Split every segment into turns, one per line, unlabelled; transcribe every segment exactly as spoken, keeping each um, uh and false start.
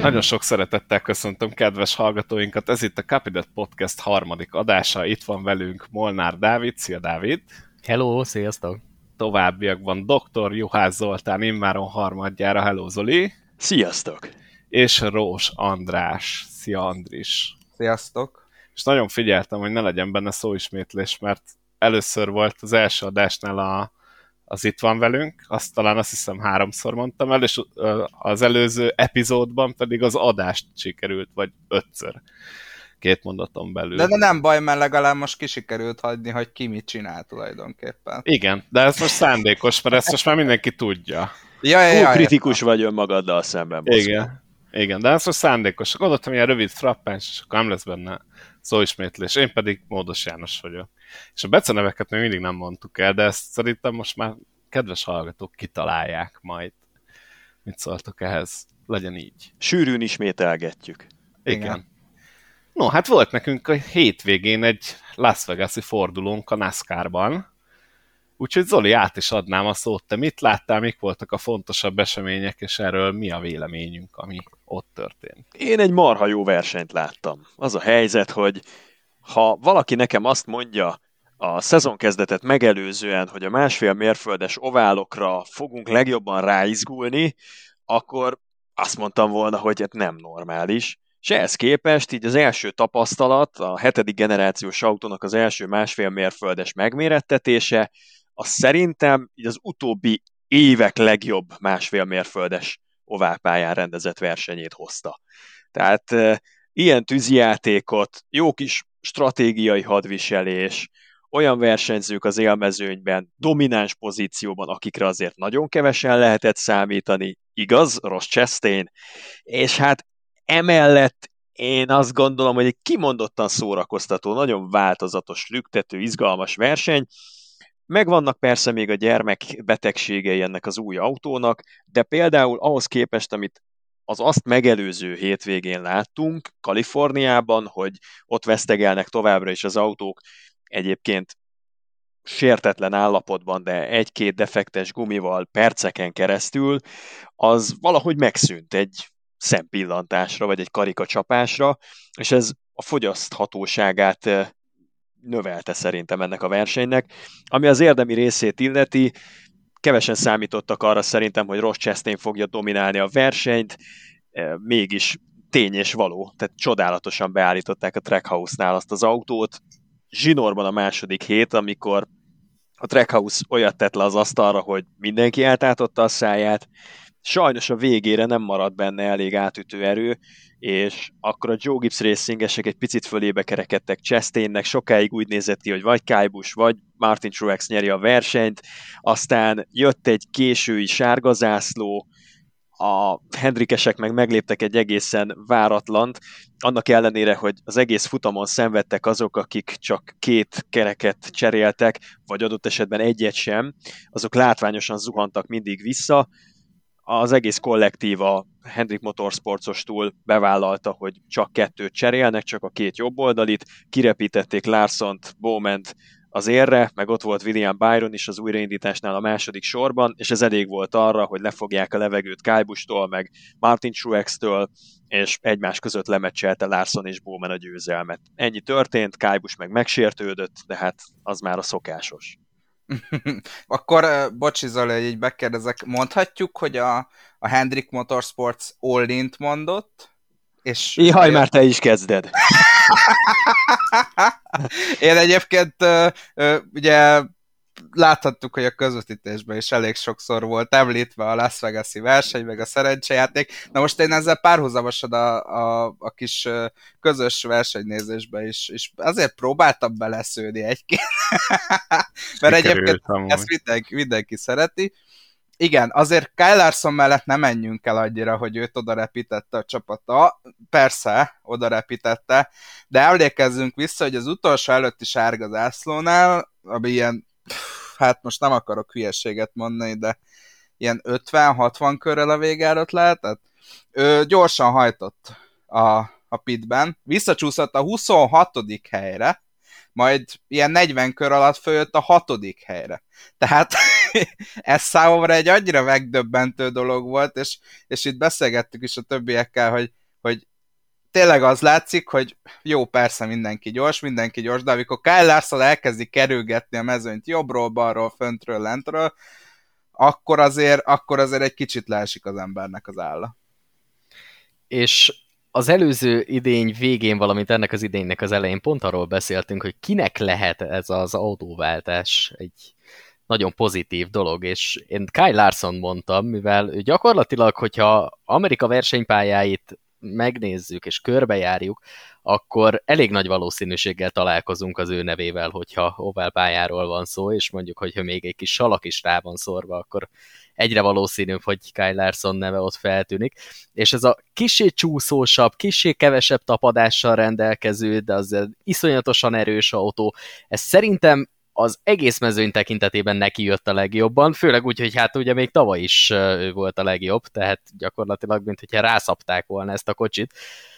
Nagyon sok szeretettel köszöntöm kedves hallgatóinkat, ez itt a Capidet Podcast harmadik adása, itt van velünk Molnár Dávid, szia Dávid!
Hello, sziasztok!
Továbbiakban doktor Juhász Zoltán immáron harmadjára, hello Zoli!
Sziasztok!
És Rós András, szia Andris!
Sziasztok!
És nagyon figyeltem, hogy ne legyen benne szóismétlés, mert először volt az első adásnál a az itt van velünk, azt talán azt hiszem háromszor mondtam el, és az előző epizódban pedig az adást sikerült, vagy ötször két mondaton belül.
De, de nem baj, mert legalább most ki sikerült hagyni, hogy ki mit csinál tulajdonképpen.
Igen, de ez most szándékos, mert ezt most már mindenki tudja.
Ja, ja, ja,
kritikus ja. vagy önmagaddal szemben. Boszkó.
Igen, igen, de ez most szándékos. Gondoltam, ilyen rövid frappáns, és akkor nem lesz benne szóismétlés. Én pedig Módos János vagyok. És a beceneveket még mindig nem mondtuk el, de ezt szerintem most már kedves hallgatók kitalálják majd. Mit szóltok ehhez? Legyen így.
Sűrűn ismételgetjük.
Igen. Igen. No, hát volt nekünk a hétvégén egy Las Vegas-i fordulónk a NASCAR-ban. Úgyhogy Zoli, át is adnám a szót. Te mit láttál, mik voltak a fontosabb események, és erről mi a véleményünk, ami ott történt?
Én egy marha jó versenyt láttam. Az a helyzet, hogy ha valaki nekem azt mondja a szezonkezdetet megelőzően, hogy a másfél mérföldes oválokra fogunk legjobban ráizgulni, akkor azt mondtam volna, hogy hát nem normális. És ehhez képest így az első tapasztalat, a hetedik generációs autónak az első másfél mérföldes megmérettetése, az szerintem így az utóbbi évek legjobb másfél mérföldes oválpályán rendezett versenyét hozta. Tehát e, ilyen tűzijátékot, jó kis stratégiai hadviselés, olyan versenyzők az élmezőnyben, domináns pozícióban, akikre azért nagyon kevesen lehetett számítani, igaz, Ross Chastain, és hát emellett én azt gondolom, hogy egy kimondottan szórakoztató, nagyon változatos, lüktető, izgalmas verseny. Megvannak persze még a gyermekbetegségei ennek az új autónak, de például ahhoz képest, amit az azt megelőző hétvégén láttunk Kaliforniában, hogy ott vesztegelnek továbbra is az autók, egyébként sértetlen állapotban, de egy-két defektes gumival perceken keresztül, az valahogy megszűnt egy szempillantásra, vagy egy karikacsapásra, és ez a fogyaszthatóságát növelte szerintem ennek a versenynek. Ami az érdemi részét illeti, kevesen számítottak arra szerintem, hogy Ross Chastain fogja dominálni a versenyt, mégis tény és való, tehát csodálatosan beállították a Trackhouse-nál azt az autót. Zsinórban a második hét, amikor a Trackhouse olyat tett le az asztalra, hogy mindenki eltátotta a száját, sajnos a végére nem maradt benne elég átütő erő, és akkor a Joe Gibbs Racingesek egy picit fölébe kerekedtek Chastainnek, sokáig úgy nézett ki, hogy vagy Kyle Busch, vagy Martin Truex nyeri a versenyt, aztán jött egy késői sárgazászló, a Hendrikesek meg megléptek egy egészen váratlant, annak ellenére, hogy az egész futamon szenvedtek azok, akik csak két kereket cseréltek, vagy adott esetben egyet sem, azok látványosan zuhantak mindig vissza. Az egész kollektív a Hendrik Motorsportsostól bevállalta, hogy csak kettőt cserélnek, csak a két jobboldalit, kirepítették Larsont, Bowmant az érre, meg ott volt William Byron is az újraindításnál a második sorban, és ez elég volt arra, hogy lefogják a levegőt Kyle Busch-tól, meg Martin Truex-től, és egymás között lemeccselte Larson és Bowman a győzelmet. Ennyi történt, Kyle Busch meg megsértődött, de hát az már a szokásos.
Akkor, bocsi Zoli, így megkérdezek, mondhatjuk, hogy a, a Hendrik Motorsports all-int mondott, és...
Ihaj, már te is kezded!
Én egyébként ugye láthattuk, hogy a közvetítésben is elég sokszor volt említve a Las Vegas-i verseny, meg a szerencsejáték. Na most én ezzel párhuzamosan a, a, a kis közös versenynézésbe is, és azért próbáltam beleszőni egy-két. Mert egyébként ezt mindenki, mindenki szereti. Igen, azért Kyle Larson mellett nem menjünk el annyira, hogy őt oda repítette a csapata. Persze, oda repítette, de emlékezzünk vissza, hogy az utolsó előtti sárga zászlónál, ami ilyen, hát most nem akarok hülyeséget mondani, de ilyen ötven-hatvan körrel a végárat lehetett, ő gyorsan hajtott a, a pitben, visszacsúszott a huszonhatodik helyre, majd ilyen negyven kör alatt följött a hatodik helyre. Tehát ez számomra egy annyira megdöbbentő dolog volt, és, és itt beszélgettük is a többiekkel, hogy, hogy tényleg az látszik, hogy jó, persze mindenki gyors, mindenki gyors, de amikor Kyle Larson elkezdi kerülgetni a mezőnyt jobbról, balról, föntről, lentről, akkor azért, akkor azért egy kicsit leesik az embernek az álla.
És az előző idény végén, valamint ennek az idénynek az elején pont arról beszéltünk, hogy kinek lehet ez az autóváltás egy nagyon pozitív dolog, és én Kyle Larson mondtam, mivel gyakorlatilag, hogyha Amerika versenypályáit megnézzük és körbejárjuk, akkor elég nagy valószínűséggel találkozunk az ő nevével, hogyha oval pályáról van szó, és mondjuk, hogyha még egy kis salak is rá van szorva, akkor egyre valószínűbb, hogy Kyle Larson neve ott feltűnik. És ez a kissé csúszósabb, kissé kevesebb tapadással rendelkező, de azért iszonyatosan erős autó, ez szerintem az egész mezőny tekintetében neki jött a legjobban, főleg úgy, hogy hát ugye még tavaly is ő volt a legjobb, tehát gyakorlatilag, mint hogyha rászapták volna ezt a kocsit.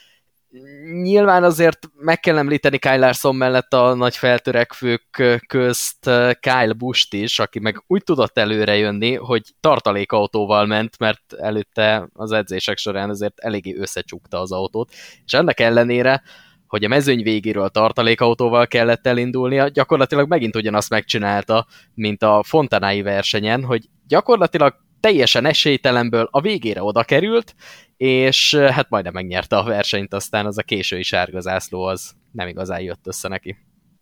Nyilván azért meg kell említeni Kyle Larson mellett a nagy feltörekvők közt Kyle Buscht is, aki meg úgy tudott előre jönni, hogy tartalékautóval ment, mert előtte az edzések során azért eléggé összecsukta az autót, és ennek ellenére, hogy a mezőny végéről tartalékautóval kellett elindulnia, gyakorlatilag megint ugyanazt megcsinálta, mint a Fontanai versenyen, hogy gyakorlatilag teljesen esélytelenből a végére oda került, és hát majdnem megnyerte a versenyt, aztán az a késői sárga zászló az nem igazán jött össze neki.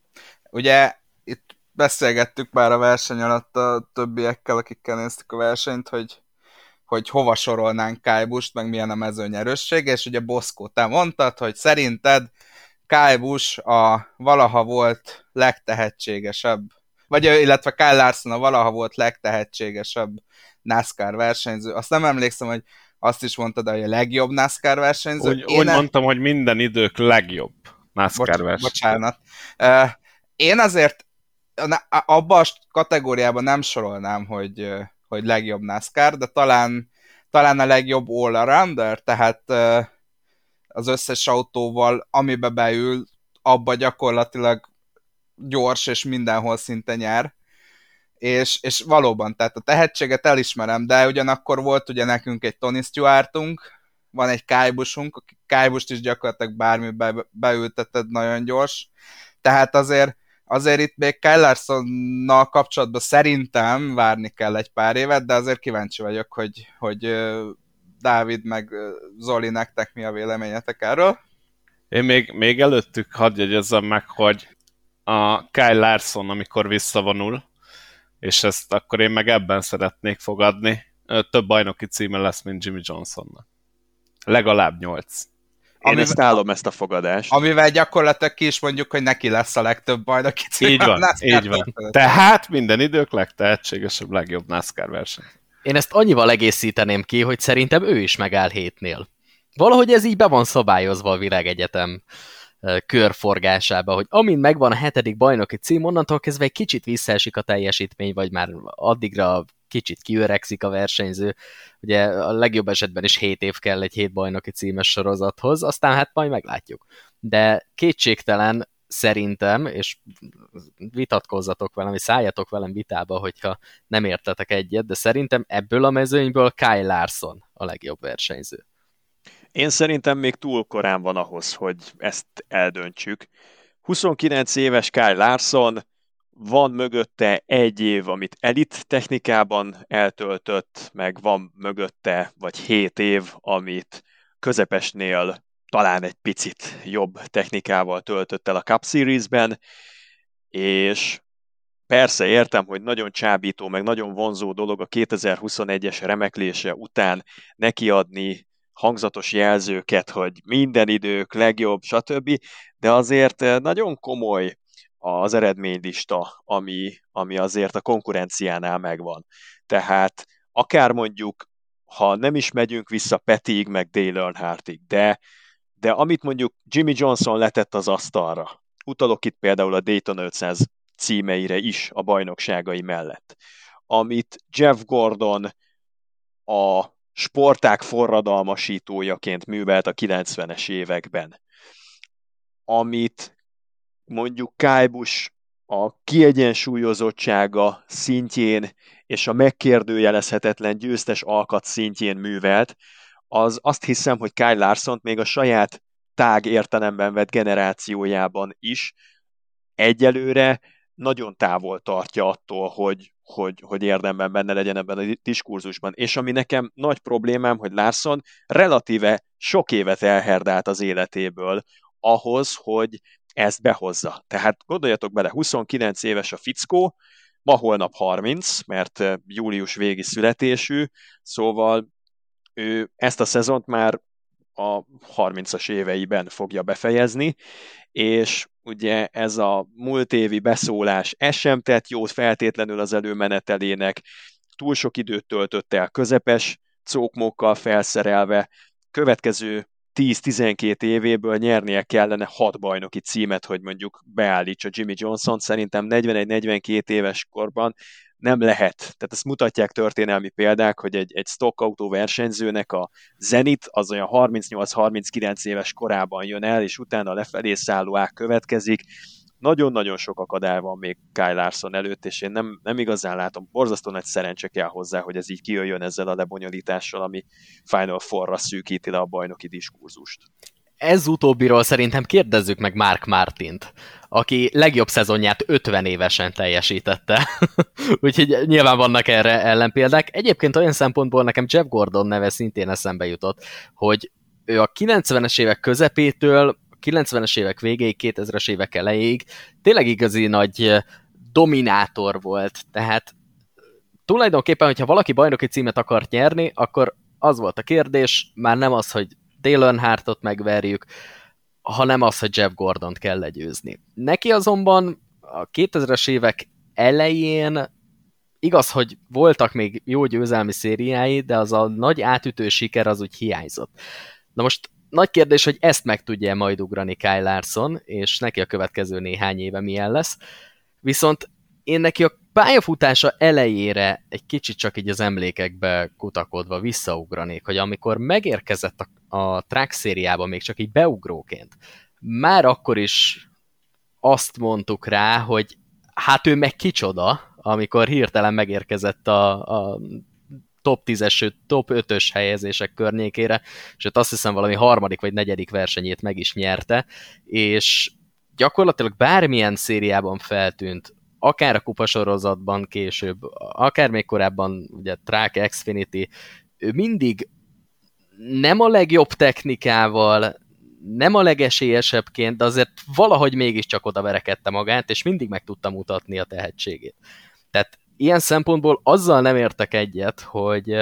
Ugye itt beszélgettük már a verseny alatt a többiekkel, akikkel néztük a versenyt, hogy, hogy hova sorolnánk Kyle Buscht, meg milyen a mezőny erőssége, és ugye Boszkó, te mondtad, hogy szerinted Kyle Busch a valaha volt legtehetségesebb, vagy illetve Kyle Larson a valaha volt legtehetségesebb NASCAR versenyző. Azt nem emlékszem, hogy azt is mondtad, hogy a legjobb NASCAR versenyző.
Úgy, úgy nem... mondtam, hogy minden idők legjobb NASCAR Bocs, versenyző.
Bocsánat. Én azért abba a kategóriában nem sorolnám, hogy, hogy legjobb NASCAR, de talán, talán a legjobb all-arounder, tehát az összes autóval, amibe beül, abba gyakorlatilag gyors, és mindenhol szinte nyer. És, és valóban, tehát a tehetséget elismerem, de ugyanakkor volt ugye nekünk egy Tony Stewartunk, van egy Kyle Buschunk, aki Kyle Buscht is gyakorlatilag bármibe beülteted nagyon gyors. Tehát azért, azért itt még Kyle Larsonnal kapcsolatban szerintem várni kell egy pár évet, de azért kíváncsi vagyok, hogy, hogy Dávid meg Zoli, nektek mi a véleményetek erről?
Én még, még előttük hadd jegyezzem meg, hogy a Kyle Larson, amikor visszavonul, és ezt akkor én meg ebben szeretnék fogadni, több bajnoki címe lesz, mint Jimmy Johnsonnak. Legalább nyolc.
Én
amivel,
ezt állom, ezt a fogadást.
Amivel gyakorlatilag ki is mondjuk, hogy neki lesz a legtöbb bajnoki címe.
Így van, így van. Tehát minden idők legtehetségesebb, legjobb NASCAR verseny.
Én ezt annyival egészíteném ki, hogy szerintem ő is megáll hétnél. Valahogy ez így be van szabályozva a világegyetem körforgásába, hogy amint megvan a hetedik bajnoki cím, onnantól kezdve egy kicsit visszaesik a teljesítmény, vagy már addigra kicsit kiöregszik a versenyző. Ugye a legjobb esetben is hét év kell egy hét bajnoki címes sorozathoz, aztán hát majd meglátjuk. De kétségtelen szerintem, és vitatkozzatok velem, vagy szálljatok velem vitába, hogyha nem értetek egyet, de szerintem ebből a mezőnyből Kyle Larson a legjobb versenyző.
Én szerintem még túl korán van ahhoz, hogy ezt eldöntsük. huszonkilenc éves Kyle Larson, van mögötte egy év, amit elit technikában eltöltött, meg van mögötte vagy hét év, amit közepesnél talán egy picit jobb technikával töltött el a Cup Series-ben, és persze értem, hogy nagyon csábító, meg nagyon vonzó dolog a kétezer-huszonegyes remeklése után nekiadni hangzatos jelzőket, hogy minden idők legjobb, stb., de azért nagyon komoly az eredménylista, ami, ami azért a konkurenciánál megvan. Tehát akár mondjuk, ha nem is megyünk vissza Pettyig, meg Dale Earnhardtig, de, de amit mondjuk Jimmy Johnson letett az asztalra, utalok itt például a Daytona ötszáz címeire is a bajnokságai mellett, amit Jeff Gordon a sportág forradalmasítójaként művelt a kilencvenes években, amit mondjuk Kyle Busch a kiegyensúlyozottsága szintjén és a megkérdőjelezhetetlen győztes alkat szintjén művelt, az azt hiszem, hogy Kyle Larsont még a saját tág értelemben vett generációjában is egyelőre nagyon távol tartja attól, hogy, hogy, hogy érdemben benne legyen ebben a diskurzusban. És ami nekem nagy problémám, hogy Larson relatíve sok évet elherdált az életéből ahhoz, hogy ezt behozza. Tehát gondoljatok bele, huszonkilenc éves a fickó, ma holnap harminc, mert július végi születésű, szóval ő ezt a szezont már a harmincas éveiben fogja befejezni, és ugye ez a múlt évi beszólás, ez sem tett jót feltétlenül az előmenetelének, túl sok időt töltött el közepes cókmókkal felszerelve, következő tíz-tizenkét évéből nyernie kellene hat bajnoki címet, hogy mondjuk beállítsa Jimmy Johnson. Szerintem negyvenegy-negyvenkét éves korban nem lehet. Tehát ezt mutatják történelmi példák, hogy egy, egy stock autó versenyzőnek a zenit az olyan harmincnyolc-harminckilenc éves korában jön el, és utána lefelé szálló ág következik. Nagyon-nagyon sok akadály van még Kyle Larson előtt, és én nem, nem igazán látom, borzasztó nagy szerencse kell hozzá, hogy ez így kijöjjön ezzel a lebonyolítással, ami Final Four-ra szűkíti le a bajnoki diskurzust.
Ez utóbbiról szerintem kérdezzük meg Mark Martint, aki legjobb szezonját ötven évesen teljesítette. Úgyhogy nyilván vannak erre ellenpéldák. Egyébként olyan szempontból nekem Jeff Gordon neve szintén eszembe jutott, hogy ő a kilencvenes évek közepétől kilencvenes évek végéig, kétezres évek elejéig tényleg igazi nagy dominátor volt. Tehát tulajdonképpen, hogyha valaki bajnoki címet akart nyerni, akkor az volt a kérdés, már nem az, hogy Dale Earnhardtot megverjük, hanem az, hogy Jeff Gordont kell legyőzni. Neki azonban a kétezres évek elején igaz, hogy voltak még jó győzelmi szériái, de az a nagy átütő siker az úgy hiányzott. Na most nagy kérdés, hogy ezt meg tudja majd ugrani Kyle Larson, és neki a következő néhány éve milyen lesz. Viszont én neki a pályafutása elejére egy kicsit csak így az emlékekbe kutakodva visszaugranék, hogy amikor megérkezett a, a track szériába még csak így beugróként, már akkor is azt mondtuk rá, hogy hát ő meg kicsoda, amikor hirtelen megérkezett a, a top tízes, top ötös helyezések környékére, és ott azt hiszem valami harmadik vagy negyedik versenyét meg is nyerte, és gyakorlatilag bármilyen szériában feltűnt, akár a kupasorozatban később, akár még korábban, ugye Track, Xfinity, ő mindig nem a legjobb technikával, nem a legesélyesebbként, de azért valahogy mégiscsak oda verekedte magát, és mindig meg tudta mutatni a tehetségét. Tehát ilyen szempontból azzal nem értek egyet, hogy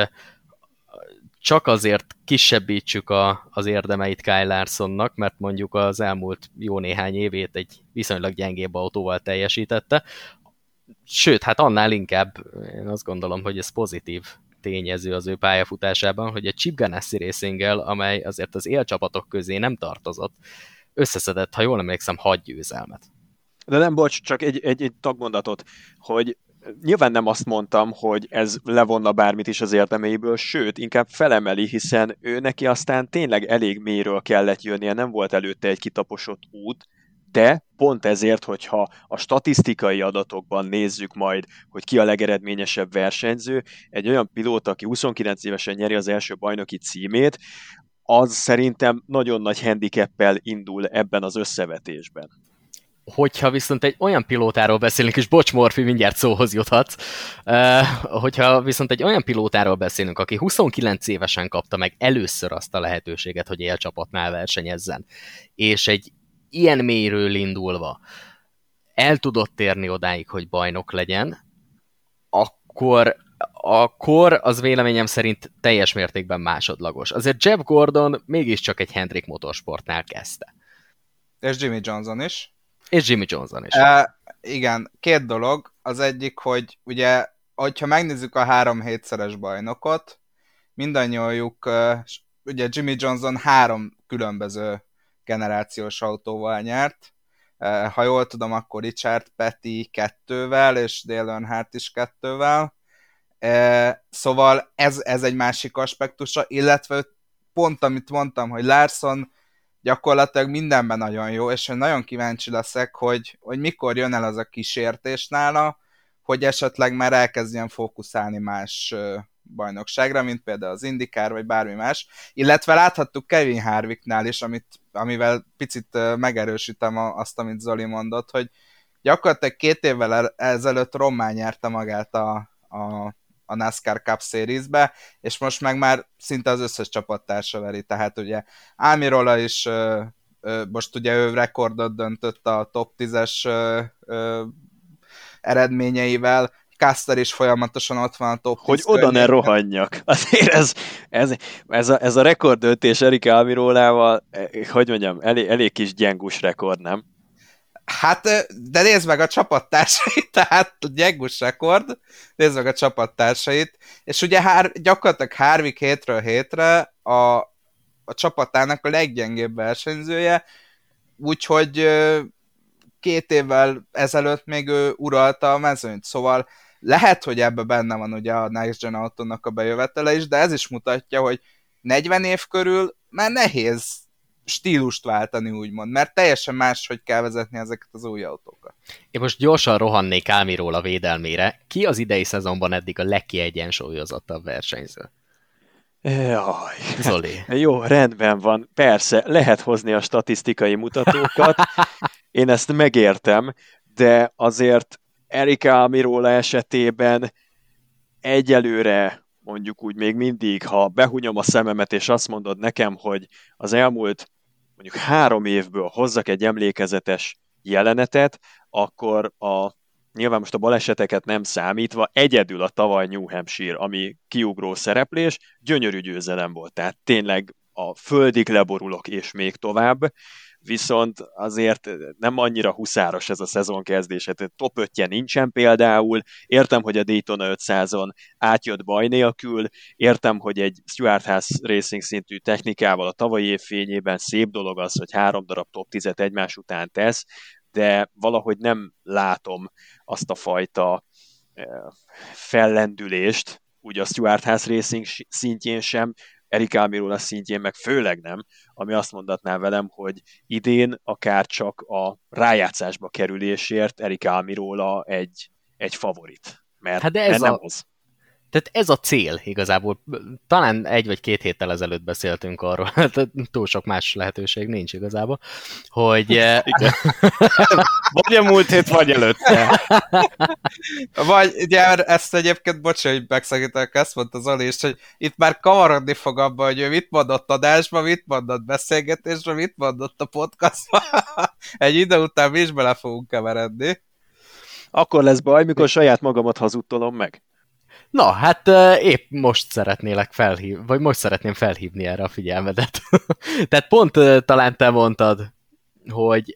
csak azért kisebbítsük a, az érdemeit Kyle Larsonnak, mert mondjuk az elmúlt jó néhány évét egy viszonylag gyengébb autóval teljesítette. Sőt, hát annál inkább én azt gondolom, hogy ez pozitív tényező az ő pályafutásában, hogy egy Chip Ganassi Racinggel, amely azért az élcsapatok közé nem tartozott, összeszedett, ha jól emlékszem, hat győzelmet.
De nem, bocs, csak egy, egy, egy tagmondatot, hogy nyilván nem azt mondtam, hogy ez levonna bármit is az érdemeiből, sőt, inkább felemeli, hiszen ő neki aztán tényleg elég mélyről kellett jönnie, nem volt előtte egy kitaposott út, de pont ezért, hogyha a statisztikai adatokban nézzük majd, hogy ki a legeredményesebb versenyző, egy olyan pilóta, aki huszonkilenc évesen nyeri az első bajnoki címét, az szerintem nagyon nagy handicappel indul ebben az összevetésben.
Hogyha viszont egy olyan pilótáról beszélünk, és bocs, Morfi, mindjárt szóhoz juthatsz, uh, hogyha viszont egy olyan pilótáról beszélünk, aki huszonkilenc évesen kapta meg először azt a lehetőséget, hogy élcsapatnál versenyezzen, és egy ilyen mélyről indulva el tudott térni odáig, hogy bajnok legyen, akkor a kor az véleményem szerint teljes mértékben másodlagos. Azért Jeff Gordon mégiscsak egy Hendrick Motorsportnál kezdte.
És Jimmy Johnson is.
És Jimmy Johnson is.
E, igen, két dolog. Az egyik, hogy ugye, hogyha megnézzük a három hétszeres bajnokot, mindannyiójuk, ugye Jimmy Johnson három különböző generációs autóval nyert. Ha jól tudom, akkor Richard Petty kettővel, és Dale Earnhardt is kettővel. Szóval ez, ez egy másik aspektusa, illetve pont amit mondtam, hogy Larson gyakorlatilag mindenben nagyon jó, és én nagyon kíváncsi leszek, hogy, hogy mikor jön el az a kísértés nála, hogy esetleg már elkezdjen fókuszálni más bajnokságra, mint például az IndyCar, vagy bármi más. Illetve láthattuk Kevin Harvicknál is, amit, amivel picit megerősítem azt, amit Zoli mondott, hogy gyakorlatilag két évvel ezelőtt rommá nyerte magát a, a, a NASCAR Cup Series-be, és most meg már szinte az összes csapattársa veri, tehát ugye Almirola is most ugye ő rekordot döntött a top tízes eredményeivel, Custer is folyamatosan ott van a top tíz.
Hogy oda ne rohanjak. Azért ez, ez, ez, a, ez a rekorddöntés Erika Almirolával, hogy mondjam, elég, elég kis gyengus rekord, nem?
Hát, de nézd meg a csapattársait, tehát gyengus rekord, nézd meg a csapattársait, és ugye hár, gyakorlatilag Harvick hétről hétre a, a csapatának a leggyengébb versenyzője, úgyhogy két évvel ezelőtt még ő uralta a mezőnyt, szóval lehet, hogy ebben benne van ugye a Next Gen Autónak a bejövetele is, de ez is mutatja, hogy negyven év körül már nehéz stílust váltani, úgymond, mert teljesen máshogy kell vezetni ezeket az új autókat.
Én most gyorsan rohannék Almirola védelmére. Ki az idei szezonban eddig a legkiegyensúlyozottabb versenyző?
Jaj.
Zoli.
Jó, rendben van. Persze, lehet hozni a statisztikai mutatókat. Én ezt megértem, de azért Erika Almirola esetében egyelőre, mondjuk úgy még mindig, ha behunyom a szememet, és azt mondod nekem, hogy az elmúlt mondjuk három évből hozzak egy emlékezetes jelenetet, akkor a, nyilván most a baleseteket nem számítva, egyedül a tavaly New Hampshire, ami kiugró szereplés, gyönyörű győzelem volt. Tehát tényleg a földig leborulok, és még tovább. Viszont azért nem annyira huszáros ez a szezonkezdés, tehát top ötje nincsen például, értem, hogy a Daytona ötszázon átjött baj nélkül, értem, hogy egy Stewart Haas Racing szintű technikával a tavalyi év fényében szép dolog az, hogy három darab top tízet egymás után tesz, de valahogy nem látom azt a fajta fellendülést, úgy a Stewart Haas Racing szintjén sem, Erika Almirola szintjén meg főleg nem, ami azt mondatná velem, hogy idén akár csak a rájátszásba kerülésért Erika Almirola egy, egy favorit. Mert,
hát de ez
mert nem
a...
hoz.
Tehát ez a cél igazából. Talán egy vagy két héttel ezelőtt beszéltünk arról, tehát túl sok más lehetőség nincs igazából, hogy...
Igen. Vagy a múlt hét, vagy előtte.
Vagy, ugye ezt egyébként, bocs, hogy megszakítok, ezt mondta Zoli is, hogy itt már kavarodni fog abban, hogy ő mit mondott adásban, mit mondott beszélgetésben, mit mondott a podcastban. Egy idő után mi is bele fogunk keveredni.
Akkor lesz baj, mikor saját magamat hazudtolom meg.
Na, hát épp most szeretnélek felhívni, vagy most szeretném felhívni erre a figyelmedet. Tehát pont talán te mondtad, hogy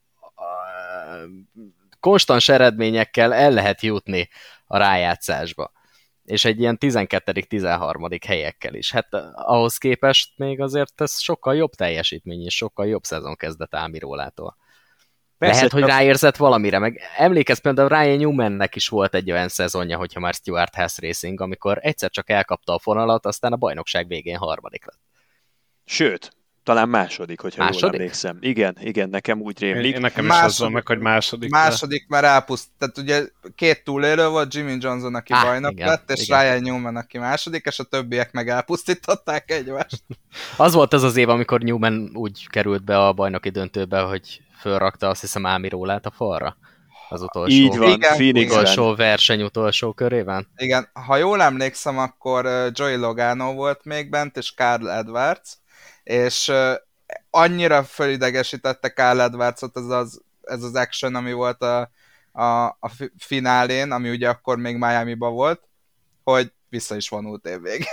konstans eredményekkel el lehet jutni a rájátszásba. És egy ilyen tizenkettedik-tizenharmadik helyekkel is. Hát ahhoz képest még azért ez sokkal jobb teljesítmény, és sokkal jobb szezonkezdet Almirolától. Persze, lehet, hogy csak... ráérzett valamire, meg emlékezz például Ryan Newmannek is volt egy olyan szezonja, hogyha már Stewart Haas Racing, amikor egyszer csak elkapta a fonalat, aztán a bajnokság végén harmadik lett.
Sőt, talán második, hogyha második? Jól emlékszem. Igen, igen, nekem úgy rémlik.
Én, nekem második, is az van meg, hogy második.
Második, mert elpuszt. Tehát ugye két túlélő volt, Jimmy Johnson, aki ah, bajnok igen, lett, és igen. Ryan Newman, aki második, és a többiek meg elpusztították egymást.
Az volt az az év, amikor Newman úgy került be a bajnoki döntőbe, hogy fölrakta azt hiszem Almirolát a falra az utolsó,
így van, igen,
utolsó verseny utolsó körében.
Igen, ha jól emlékszem, akkor Joey Logano volt még bent, és Carl Edwards, és annyira fölidegesítette Carl Edwardsot ez az, ez az action, ami volt a, a, a finálén, ami ugye akkor még Miami-ba volt, hogy vissza is vonult évvégén.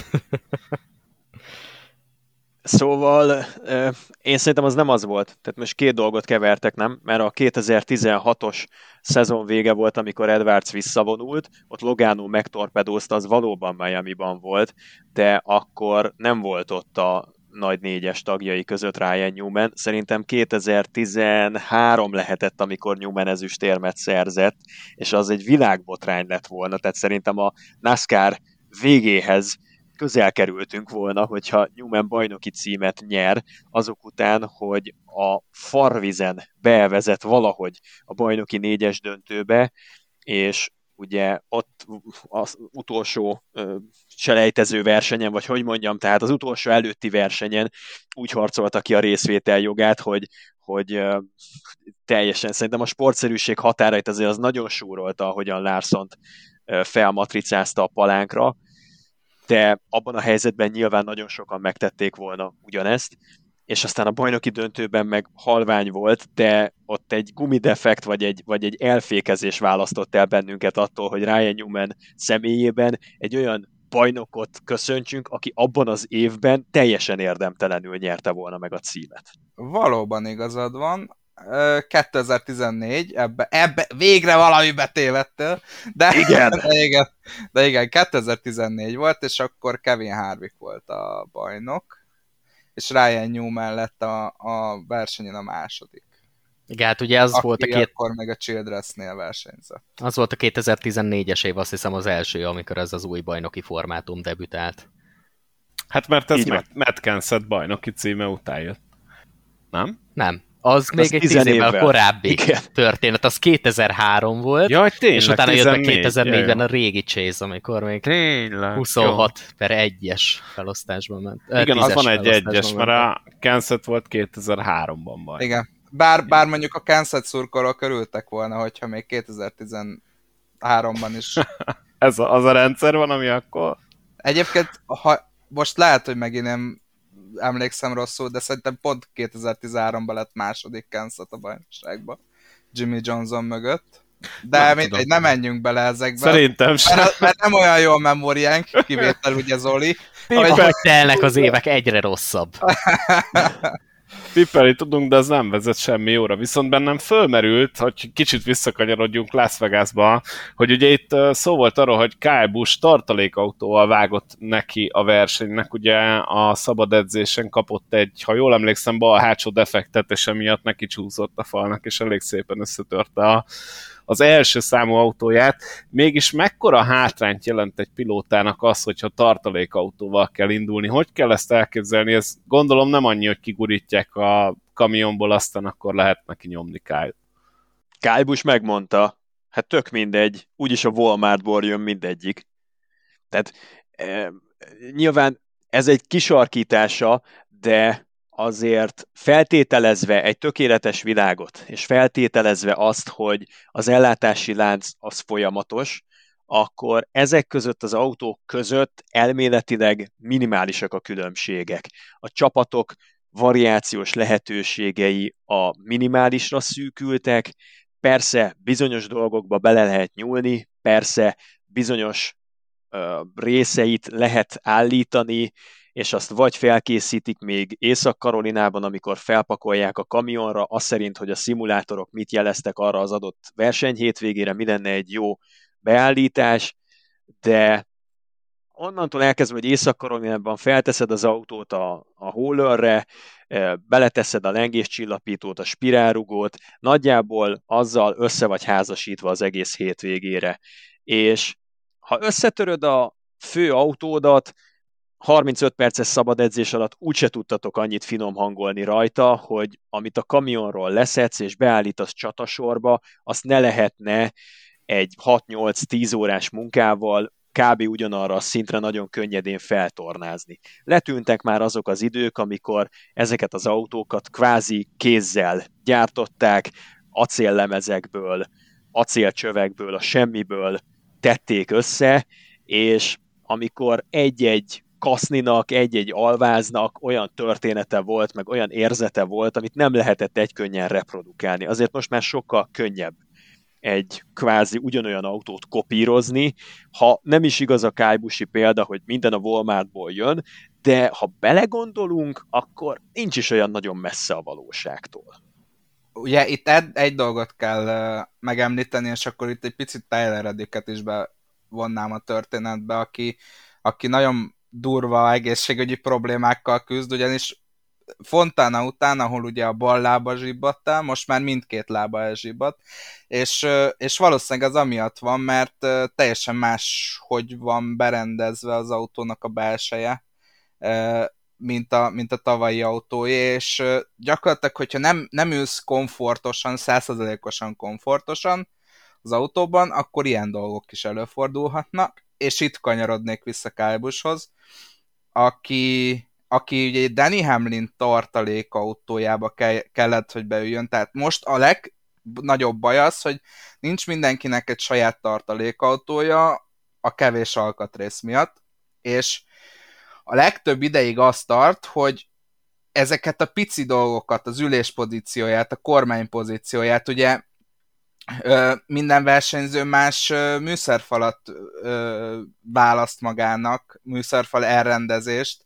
Szóval én szerintem az nem az volt. Tehát most két dolgot kevertek, nem? Mert a kétezer-tizenhatos szezon vége volt, amikor Edwards visszavonult, ott Logano megtorpedózta, az valóban Miami-ban volt, de akkor nem volt ott a nagy négyes tagjai között Ryan Newman. Szerintem kétezer-tizenhárom lehetett, amikor Newman ezüstérmet szerzett, és az egy világbotrány lett volna. Tehát szerintem a NASCAR végéhez közel kerültünk volna, hogyha Newman bajnoki címet nyer, azok után, hogy a Farvizen bevezet valahogy a bajnoki négyes döntőbe, és ugye ott az utolsó ö, selejtező versenyen, vagy hogy mondjam, tehát az utolsó előtti versenyen úgy harcolta ki a részvétel jogát, hogy, hogy ö, teljesen szerintem a sportszerűség határait azért az nagyon súrolta, ahogyan Larsont ö, felmatricázta a palánkra, de abban a helyzetben nyilván nagyon sokan megtették volna ugyanezt, és aztán a bajnoki döntőben meg halvány volt, de ott egy gumidefekt vagy egy, vagy egy elfékezés választott el bennünket attól, hogy Ryan Newman személyében egy olyan bajnokot köszöntsünk, aki abban az évben teljesen érdemtelenül nyerte volna meg a címet.
Valóban igazad van. kétezer-tizennégy, ebbe, ebbe végre valamibe tévedtél, de
igen.
de igen, de igen, kétezer-tizennégy volt, és akkor Kevin Harvick volt a bajnok, és Ryan Newman lett a, a versenyen a második.
Igen, hát ugye az
aki
volt a két...
akkor meg a Childressnél versenyzett.
Az volt a kétezer-tizennégyes év, azt hiszem az első, amikor ez az új bajnoki formátum debütált.
Hát mert ez Matt, Matt Kenseth bajnoki címe után jött. Nem?
Nem. Az, az még egy tíz évvel korábbi igen. történet, az kétezer-három volt,
Jaj, tényleg,
és utána
tizennégy,
jött a kétezer-négyben a régi Chase, amikor még
tényleg,
huszonhat jó. per egyes felosztásban ment.
Igen, az van egy egyes, mert a Kenseth volt kétezer-háromban baj.
Igen, bár, bár mondjuk a Kenseth szurkolók örültek volna, hogyha még kétezer-tizenháromban is...
Ez a, az a rendszer van, ami akkor...
Egyébként, ha most lehet, hogy megint nem emlékszem rosszul, de szerintem pont kétezer-tizenháromban lett második Kenseth a bajnokságban Jimmy Johnson mögött. De nem, mindegy, nem menjünk bele ezekbe.
Szerintem sem.
Mert, mert nem olyan jó a memóriánk, kivétel ugye Zoli.
Ahogy telnek az évek, egyre rosszabb.
Tippelni tudunk, de az nem vezet semmi jóra. Viszont bennem fölmerült, hogy kicsit visszakanyarodjunk Las Vegasba, hogy ugye itt szó volt arról, hogy Kyle Busch tartalékautóval vágott neki a versenynek, ugye a szabad edzésen kapott egy, ha jól emlékszem, bal hátsó defektet, és emiatt neki csúszott a falnak, és elég szépen összetörte a az első számú autóját, mégis mekkora hátrányt jelent egy pilótának az, hogyha tartalékautóval kell indulni? Hogy kell ezt elképzelni? Ez gondolom nem annyi, hogy kigurítják a kamionból, aztán akkor lehet neki nyomni Kyle.
Kyle Busch megmondta, hát tök mindegy, úgyis a Walmartból jön mindegyik. Tehát e, nyilván ez egy kisarkítása, de azért feltételezve egy tökéletes világot, és feltételezve azt, hogy az ellátási lánc az folyamatos, akkor ezek között az autók között elméletileg minimálisak a különbségek. A csapatok variációs lehetőségei a minimálisra szűkültek, persze bizonyos dolgokba bele lehet nyúlni, persze bizonyos ö, részeit lehet állítani, és azt vagy felkészítik még Észak-Karolinában, amikor felpakolják a kamionra, az szerint, hogy a szimulátorok mit jeleztek arra az adott versenyhétvégére, mi lenne egy jó beállítás, de onnantól elkezdve, hogy Észak-Karolinában felteszed az autót a, a haulerre, beleteszed a lengéscsillapítót, a spirálrugót, nagyjából azzal össze vagy házasítva az egész hétvégére. És ha összetöröd a fő autódat, harmincöt perces szabad edzés alatt úgyse tudtatok annyit finom hangolni rajta, hogy amit a kamionról leszedsz és beállítasz csatasorba, azt ne lehetne egy hat-nyolc-tíz órás munkával kb. Ugyanarra a szintre nagyon könnyedén feltornázni. Letűntek már azok az idők, amikor ezeket az autókat kvázi kézzel gyártották, acéllemezekből, acélcsövekből, a semmiből tették össze, és amikor egy-egy kaszninak, egy-egy alváznak olyan története volt, meg olyan érzete volt, amit nem lehetett egykönnyen reprodukálni. Azért most már sokkal könnyebb egy kvázi ugyanolyan autót kopírozni, ha nem is igaz a Kyle Busch-i példa, hogy minden a Walmartból jön, de ha belegondolunk, akkor nincs is olyan nagyon messze a valóságtól.
Ugye itt egy, egy dolgot kell uh, megemlíteni, és akkor itt egy picit Tyler Reddicket is bevonnám a történetbe, aki, aki nagyon durva egészségügyi problémákkal küzd, ugyanis Fontana után, ahol ugye a bal lába zsibbadt el, most már mindkét lába elzsibbadt, és, és valószínűleg az amiatt van, mert teljesen más, hogy van berendezve az autónak a belseje, mint a, mint a tavalyi autóé, és gyakorlatilag, hogyha nem, nem ülsz komfortosan, száz százalékosan komfortosan az autóban, akkor ilyen dolgok is előfordulhatnak, és itt kanyarodnék vissza Kyle Buschhoz, aki, aki ugye Denny Hamlin tartalék autójába ke- kellett, hogy beüljön, tehát most a legnagyobb baj az, hogy nincs mindenkinek egy saját tartalékautója a kevés alkatrész miatt, és a legtöbb ideig az tart, hogy ezeket a pici dolgokat, az ülés pozícióját, a kormány pozícióját, ugye minden versenyző más műszerfalat választ magának, műszerfal elrendezést,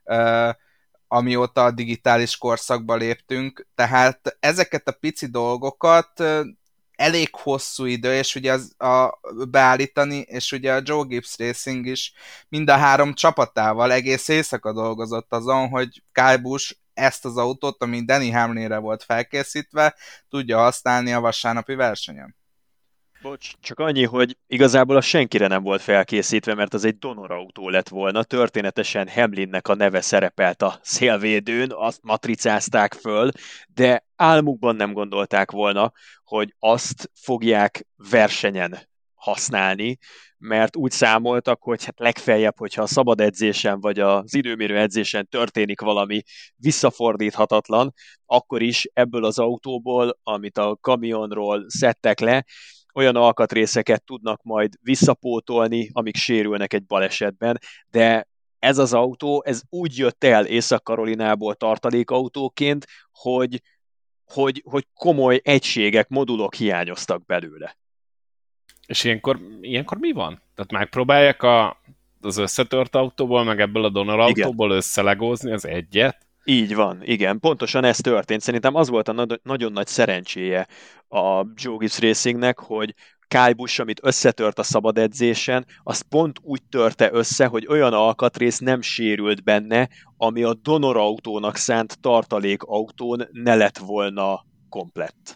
amióta a digitális korszakba léptünk, tehát ezeket a pici dolgokat elég hosszú idő, és ugye az a, beállítani, és ugye a Joe Gibbs Racing is mind a három csapatával egész éjszaka dolgozott azon, hogy Kyle Busch ezt az autót, ami Denny Hamlinre volt felkészítve, tudja használni a vasárnapi versenyen.
Bocs, csak annyi, hogy igazából a senkire nem volt felkészítve, mert az egy donor autó lett volna. Történetesen Hamlinnek a neve szerepelt a szélvédőn, azt matricázták föl, de álmukban nem gondolták volna, hogy azt fogják versenyen használni, mert úgy számoltak, hogy hát legfeljebb, hogyha a szabad edzésen vagy az időmérő edzésen történik valami visszafordíthatatlan, akkor is ebből az autóból, amit a kamionról szedtek le, olyan alkatrészeket tudnak majd visszapótolni, amik sérülnek egy balesetben, de ez az autó, ez úgy jött el Észak-Karolinából tartalékautóként, hogy, hogy, hogy komoly egységek, modulok hiányoztak belőle.
És ilyenkor, ilyenkor mi van? Tehát megpróbálják a, az összetört autóból, meg ebből a donor autóból igen. összelegózni az egyet?
Így van, igen, pontosan ez történt. Szerintem az volt a na- nagyon nagy szerencséje a Joe Gibbs Racingnek, hogy Kyle Busch, amit összetört a szabad edzésen, azt pont úgy törte össze, hogy olyan alkatrész nem sérült benne, ami a donor autónak szánt tartalék autón ne lett volna komplett.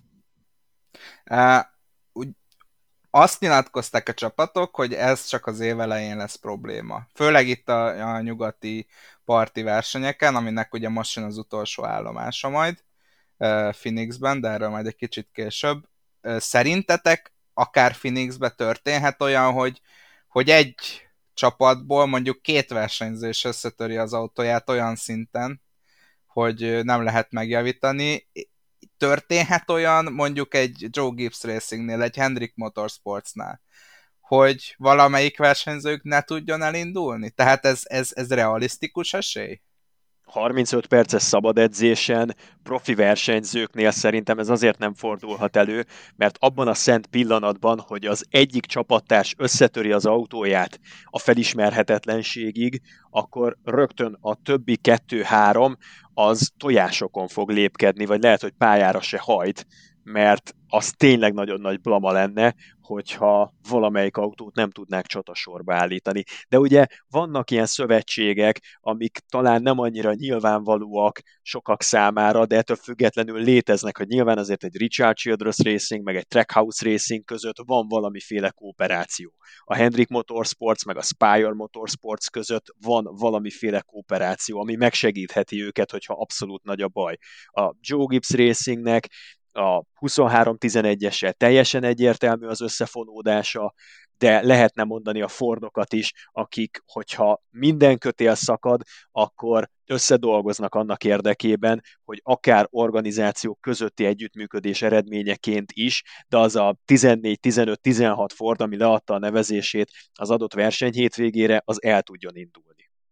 Uh, úgy, azt nyilatkozták a csapatok, hogy ez csak az év elején lesz probléma. Főleg itt a, a nyugati parti versenyeken, aminek ugye most jön az utolsó állomása majd uh, Phoenixben, de erről majd egy kicsit később. Uh, szerintetek akár Phoenixbe történhet olyan, hogy, hogy egy csapatból mondjuk két versenyző is összetöri az autóját olyan szinten, hogy nem lehet megjavítani. Történhet olyan mondjuk egy Joe Gibbs Racingnél, egy Hendrick Motorsportsnál, hogy valamelyik versenyzők ne tudjon elindulni? Tehát ez, ez, ez realisztikus esély?
harmincöt perces szabad edzésen, profi versenyzőknél szerintem ez azért nem fordulhat elő, mert abban a szent pillanatban, hogy az egyik csapattárs összetöri az autóját a felismerhetetlenségig, akkor rögtön a többi kettő-három az tojásokon fog lépkedni, vagy lehet, hogy pályára se hajt, mert az tényleg nagyon nagy blama lenne, hogyha valamelyik autót nem tudnák csatasorba állítani. De ugye vannak ilyen szövetségek, amik talán nem annyira nyilvánvalóak sokak számára, de ettől függetlenül léteznek, hogy nyilván azért egy Richard Childress Racing, meg egy Trackhouse Racing között van valamiféle kooperáció. A Hendrick Motorsports, meg a Spire Motorsports között van valamiféle kooperáció, ami megsegítheti őket, hogyha abszolút nagy a baj. A Joe Gibbs Racingnek a huszonhárom tizenegyessel teljesen egyértelmű az összefonódása, de lehetne mondani a Fordokat is, akik, hogyha minden kötél szakad, akkor összedolgoznak annak érdekében, hogy akár organizációk közötti együttműködés eredményeként is, de az a tizennégy tizenöt tizenhat Ford, ami leadta a nevezését az adott verseny hétvégére, az el tudjon indulni.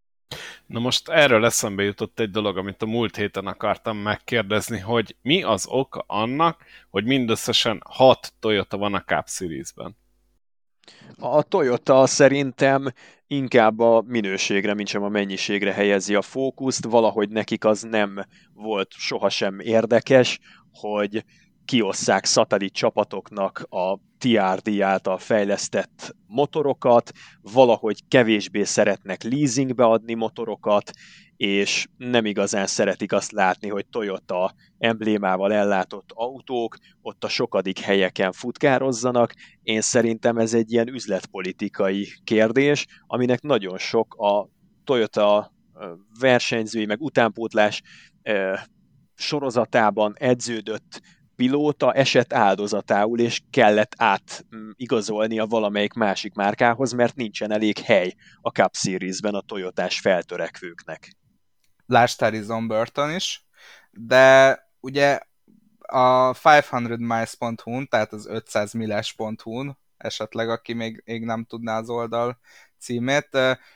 Na most erről eszembe jutott egy dolog, amit a múlt héten akartam megkérdezni, hogy mi az oka annak, hogy mindösszesen hat Toyota van a Cup Series-ben?
A Toyota szerintem inkább a minőségre, mint sem a mennyiségre helyezi a fókuszt, valahogy nekik az nem volt sohasem érdekes, hogy kiosszák szatellit csapatoknak a té er dé által fejlesztett motorokat, valahogy kevésbé szeretnek leasingbe adni motorokat, és nem igazán szeretik azt látni, hogy Toyota emblémával ellátott autók ott a sokadik helyeken futkározzanak. Én szerintem ez egy ilyen üzletpolitikai kérdés, aminek nagyon sok a Toyota versenyzői, meg utánpótlás sorozatában edződött pilóta esett áldozatául, és kellett átigazolnia valamelyik másik márkához, mert nincsen elég hely a Cup Series-ben a Toyotás feltörekvőknek.
Lásd Harrison Burton is, de ugye a ötszáz miles pont hu-n, tehát az ötszáz miles pont hu-n, esetleg aki még, még nem tudná az oldal címét,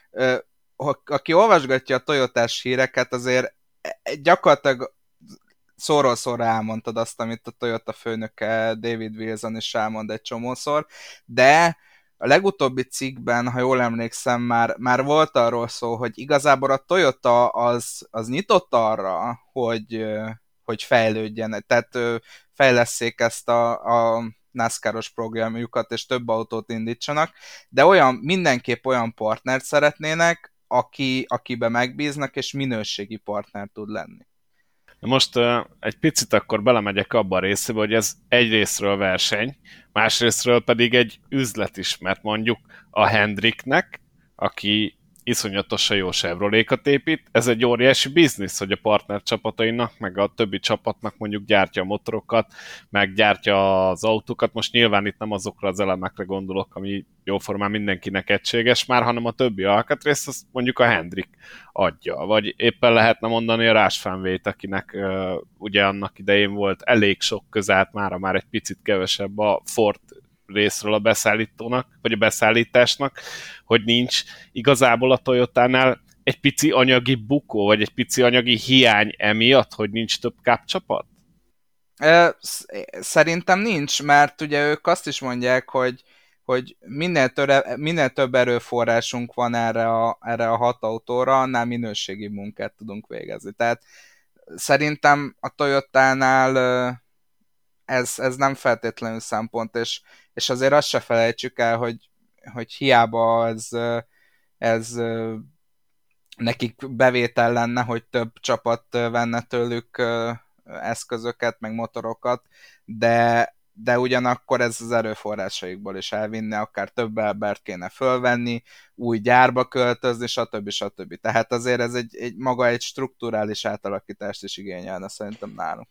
aki olvasgatja a Toyotás híreket, azért gyakorlatilag szóról szóra elmondtad azt, amit a Toyota főnöke David Wilson is elmond egy csomószor, de a legutóbbi cikkben, ha jól emlékszem, már, már volt arról szó, hogy igazából a Toyota az, az nyitott arra, hogy, hogy fejlődjen, tehát fejlesszék ezt a, a NASCAR-os programjukat, és több autót indítsanak, de olyan, mindenképp olyan partnert szeretnének, aki, akiben megbíznak, és minőségi partner tud lenni.
Most uh, egy picit akkor belemegyek abba a részébe, hogy ez egyrészről verseny, másrészről pedig egy üzlet is, mert mondjuk a Hendricknek, aki iszonyatosan jó Chevrolékat épít, ez egy óriási biznisz, hogy a partner csapatainak, meg a többi csapatnak mondjuk gyártja a motorokat, meg gyártja az autókat. Most nyilván itt nem azokra az elemekre gondolok, ami jóformán mindenkinek egységes már, hanem a többi alkatrészt, azt mondjuk a Hendrick adja. Vagy éppen lehetne mondani a Roush Fenwayt, akinek uh, ugye annak idején volt elég sok közát, mára már egy picit kevesebb a Ford részről a beszállítónak, vagy a beszállításnak, hogy nincs igazából a Toyotánál egy pici anyagi bukó, vagy egy pici anyagi hiány emiatt, hogy nincs több Cup csapat?
Szerintem nincs, mert ugye ők azt is mondják, hogy, hogy minél, töre, minél több erőforrásunk van erre a, erre a hat autóra, annál minőségi munkát tudunk végezni. Tehát szerintem a Toyotánál ez, ez nem feltétlenül szempont, és, és azért azt se felejtsük el, hogy, hogy hiába ez, ez nekik bevétel lenne, hogy több csapat venne tőlük eszközöket, meg motorokat, de, de ugyanakkor ez az erőforrásaikból is elvinne, akár több embert kéne fölvenni, új gyárba költözni, stb. stb. Tehát azért ez egy, egy maga egy strukturális átalakítást is igényelne szerintem nálunk.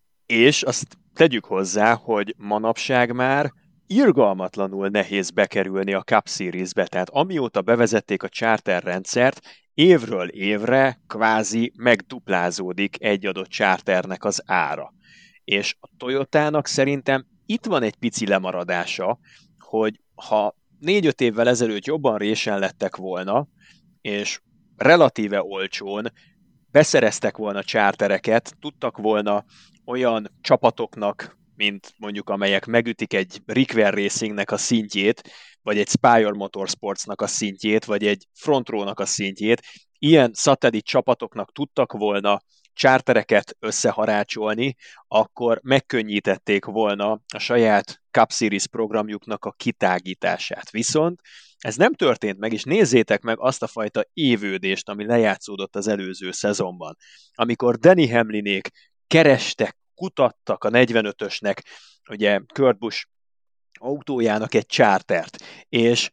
És azt tegyük hozzá, hogy manapság már irgalmatlanul nehéz bekerülni a Cup Series-be, tehát amióta bevezették a charter rendszert, évről évre kvázi megduplázódik egy adott charternek az ára. És a Toyotának szerintem itt van egy pici lemaradása, hogy ha négy-öt évvel ezelőtt jobban résen lettek volna, és relatíve olcsón beszereztek volna chartereket, tudtak volna olyan csapatoknak, mint mondjuk amelyek megütik egy Rickwell Racingnek a szintjét, vagy egy Spire Motorsportsnak a szintjét, vagy egy Front Row-nak a szintjét, ilyen szatellit csapatoknak tudtak volna chartereket összeharácsolni, akkor megkönnyítették volna a saját Cup Series programjuknak a kitágítását. Viszont ez nem történt meg, és nézzétek meg azt a fajta évődést, ami lejátszódott az előző szezonban. Amikor Denny Hamlinék kerestek, kutattak a negyvenötösnek, ugye Kurt Busch autójának egy chartert, és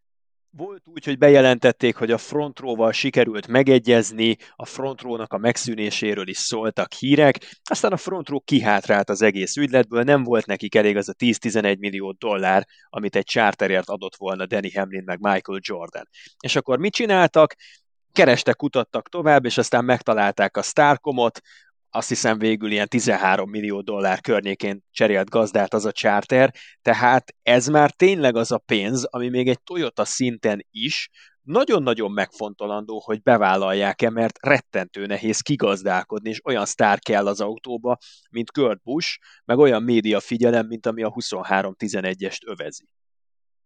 volt úgy, hogy bejelentették, hogy a Front Row-val sikerült megegyezni, a Front Row-nak a megszűnéséről is szóltak hírek, aztán a Front Row kihátrált az egész ügyletből, nem volt nekik elég az a tíz-tizenegy millió dollár, amit egy charterért adott volna Denny Hamlin meg Michael Jordan. És akkor mit csináltak? Kerestek, kutattak tovább, és aztán megtalálták a Starcomot, azt hiszem végül ilyen tizenhárom millió dollár környékén cserélt gazdát az a charter, tehát ez már tényleg az a pénz, ami még egy Toyota szinten is nagyon-nagyon megfontolandó, hogy bevállalják-e, mert rettentő nehéz kigazdálkodni, és olyan sztár kell az autóba, mint Kurt Busch, meg olyan média figyelem, mint ami a huszonhárom tizenegyest övezi.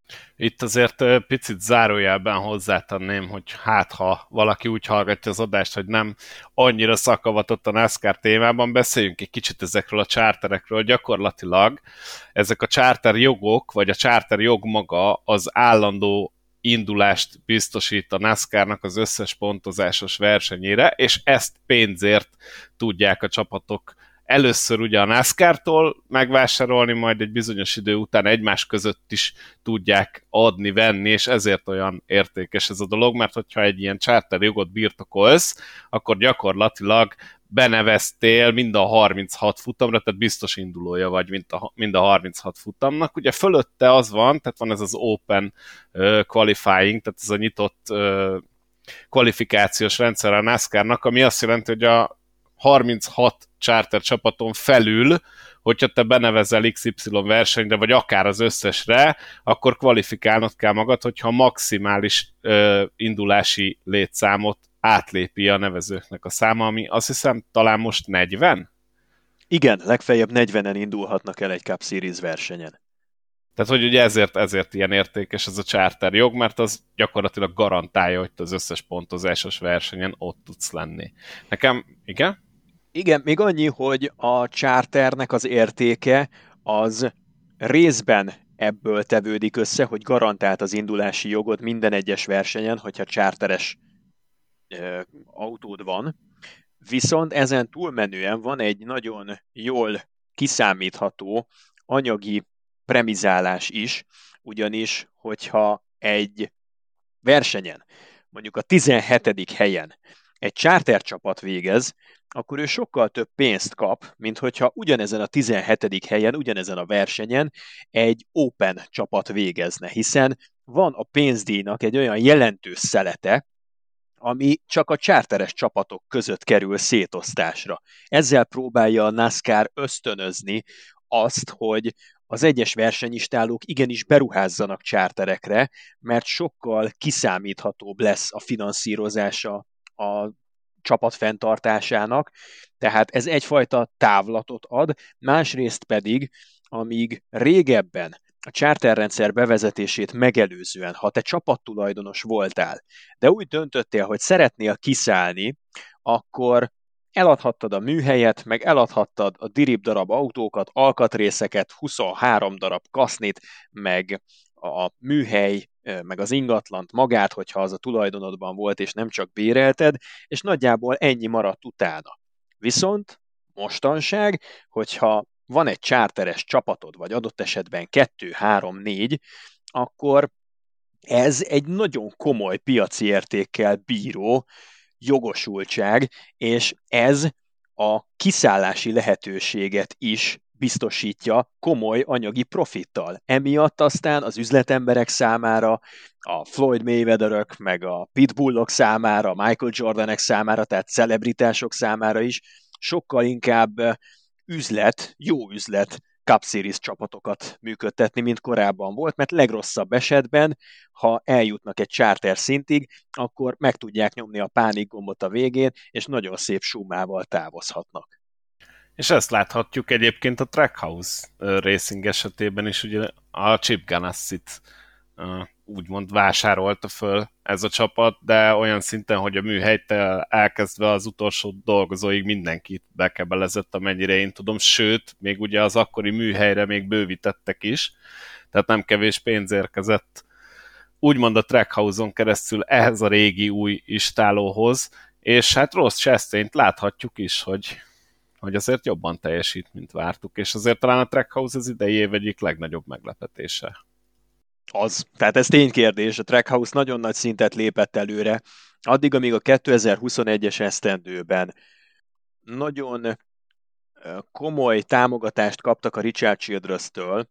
Itt azért ö, picit zárójelben hozzátenném, hogy hát ha valaki úgy hallgatja az adást, hogy nem annyira szakavatott a NASCAR témában, beszéljünk egy kicsit ezekről a charterekről. Gyakorlatilag ezek a charter jogok, vagy a charter jog maga az állandó indulást biztosít a NASCAR-nak az összes pontozásos versenyére, és ezt pénzért tudják a csapatok először ugye a NASCAR-tól megvásárolni, majd egy bizonyos idő után egymás között is tudják adni, venni, és ezért olyan értékes ez a dolog, mert hogyha egy ilyen charter jogot birtokolsz, akkor gyakorlatilag beneveztél mind a harminchat futamra, tehát biztos indulója vagy mind a, mind a harminchat futamnak. Ugye fölötte az van, tehát van ez az open uh, qualifying, tehát ez a nyitott uh, kvalifikációs rendszer a NASCAR-nak, ami azt jelenti, hogy a harminchat charter csapaton felül, hogyha te benevezel iksz ipszilon versenyre, vagy akár az összesre, akkor kvalifikálnod kell magad, hogyha maximális uh, indulási létszámot átlépi a nevezőknek a száma, ami azt hiszem talán most negyven?
Igen, legfeljebb negyvenen indulhatnak el egy Cup Series versenyen.
Tehát, hogy ugye ezért, ezért ilyen értékes ez a charter jog, mert az gyakorlatilag garantálja, hogy te az összes pontozásos versenyen ott tudsz lenni. Nekem, igen?
Igen, még annyi, hogy a charternek az értéke az részben ebből tevődik össze, hogy garantált az indulási jogot minden egyes versenyen, hogyha charteres ö, autód van. Viszont ezen túlmenően van egy nagyon jól kiszámítható anyagi premizálás is, ugyanis, hogyha egy versenyen, mondjuk a tizenhetedik helyen egy charter csapat végez, akkor ő sokkal több pénzt kap, mint hogyha ugyanezen a tizenhetedik helyen, ugyanezen a versenyen egy open csapat végezne, hiszen van a pénzdíjnak egy olyan jelentős szelete, ami csak a charteres csapatok között kerül szétosztásra. Ezzel próbálja a NASCAR ösztönözni azt, hogy az egyes versenyistálók igenis beruházzanak charterekre, mert sokkal kiszámíthatóbb lesz a finanszírozása a csapat fenntartásának, tehát ez egyfajta távlatot ad, másrészt pedig, amíg régebben a charterrendszer bevezetését megelőzően, ha te csapattulajdonos voltál, de úgy döntöttél, hogy szeretnél kiszállni, akkor eladhattad a műhelyet, meg eladhattad a dirib darab autókat, alkatrészeket, huszonhárom darab kasznit, meg a műhely, meg az ingatlant magát, hogyha az a tulajdonodban volt, és nem csak bérelted, és nagyjából ennyi maradt utána. Viszont mostanság, hogyha van egy charteres csapatod, vagy adott esetben kettő, három, négy, akkor ez egy nagyon komoly piaci értékkel bíró jogosultság, és ez a kiszállási lehetőséget is biztosítja komoly anyagi profittal. Emiatt aztán az üzletemberek számára, a Floyd Mayweatherök, meg a Pitbullok számára, Michael Jordanek számára, tehát celebritások számára is sokkal inkább üzlet, jó üzlet Cup Series csapatokat működtetni, mint korábban volt, mert legrosszabb esetben, ha eljutnak egy charter szintig, akkor meg tudják nyomni a pánik gombot a végén, és nagyon szép sumával távozhatnak.
És ezt láthatjuk egyébként a Trackhouse Racing esetében is, ugye a Chip Ganassit úgymond vásárolta föl ez a csapat, de olyan szinten, hogy a műhelytől elkezdve az utolsó dolgozóig mindenkit bekebelezett, amennyire én tudom, sőt, még ugye az akkori műhelyre még bővítettek is, tehát nem kevés pénz érkezett úgymond a Trackhouse-on keresztül ehhez a régi új istálóhoz, és hát Ross Chastain-t láthatjuk is, hogy, hogy azért jobban teljesít, mint vártuk, és azért talán a Trackhouse az idei év egyik legnagyobb meglepetése.
Az. Tehát ez ténykérdés. A Trackhouse nagyon nagy szintet lépett előre. Addig, amíg a kétezer-huszonegyes esztendőben nagyon komoly támogatást kaptak a Richard Childress-től,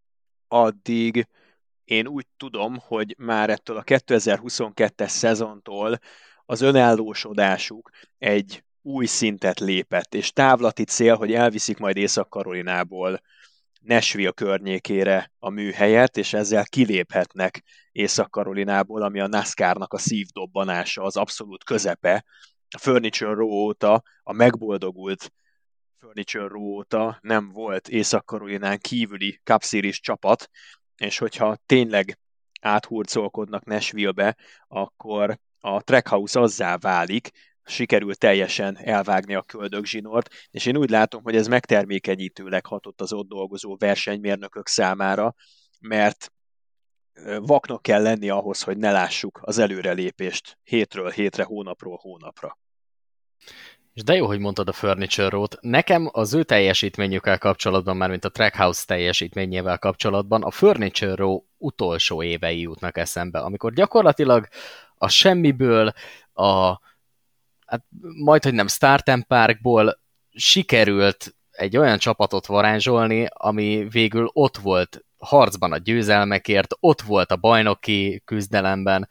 addig én úgy tudom, hogy már ettől a kétezer-huszonkettes szezontól az önállósodásuk egy új szintet lépett, és távlati cél, hogy elviszik majd Észak-Karolinából Nashville környékére a műhelyet, és ezzel kiléphetnek Észak-Karolinából, ami a NASCAR-nak a szívdobbanása, az abszolút közepe. A Furniture Row óta, a megboldogult Furniture Row óta nem volt Észak-Karolinán kívüli Cup Series csapat, és hogyha tényleg áthurcolkodnak Nashville-be, akkor a Trackhouse azzá válik, sikerül teljesen elvágni a köldögzsinort, és én úgy látom, hogy ez megtermékenyítőleg hatott az ott dolgozó versenymérnökök számára, mert vaknak kell lenni ahhoz, hogy ne lássuk az előrelépést hétről hétre, hónapról hónapra.
És de jó, hogy mondtad a Furniture Row-t. Nekem az ő teljesítményükkel kapcsolatban, már mint a Trackhouse teljesítményével kapcsolatban, a Furniture Row utolsó évei jutnak eszembe, amikor gyakorlatilag a semmiből, a hát majd, hogy nem Starten Parkból sikerült egy olyan csapatot varázsolni, ami végül ott volt harcban a győzelmekért, ott volt a bajnoki küzdelemben.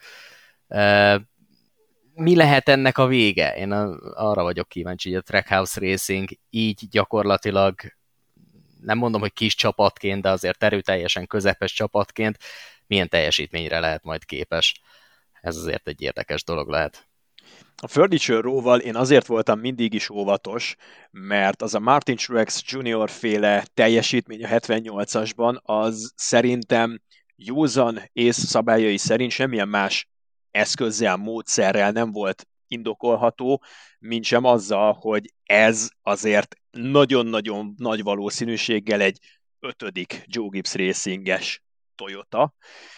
Mi lehet ennek a vége? Én arra vagyok kíváncsi, hogy a Trackhouse Racing így gyakorlatilag, nem mondom, hogy kis csapatként, de azért erőteljesen közepes csapatként milyen teljesítményre lehet majd képes. Ez azért egy érdekes dolog lehet.
A Furniture Row-val én azért voltam mindig is óvatos, mert az a Martin Truex junior féle teljesítmény a hetvennyolcasban, az szerintem józan ész szabályai szerint semmilyen más eszközzel, módszerrel nem volt indokolható, mint sem azzal, hogy ez azért nagyon-nagyon nagy valószínűséggel egy ötödik Joe Gibbs Racinges Toyota.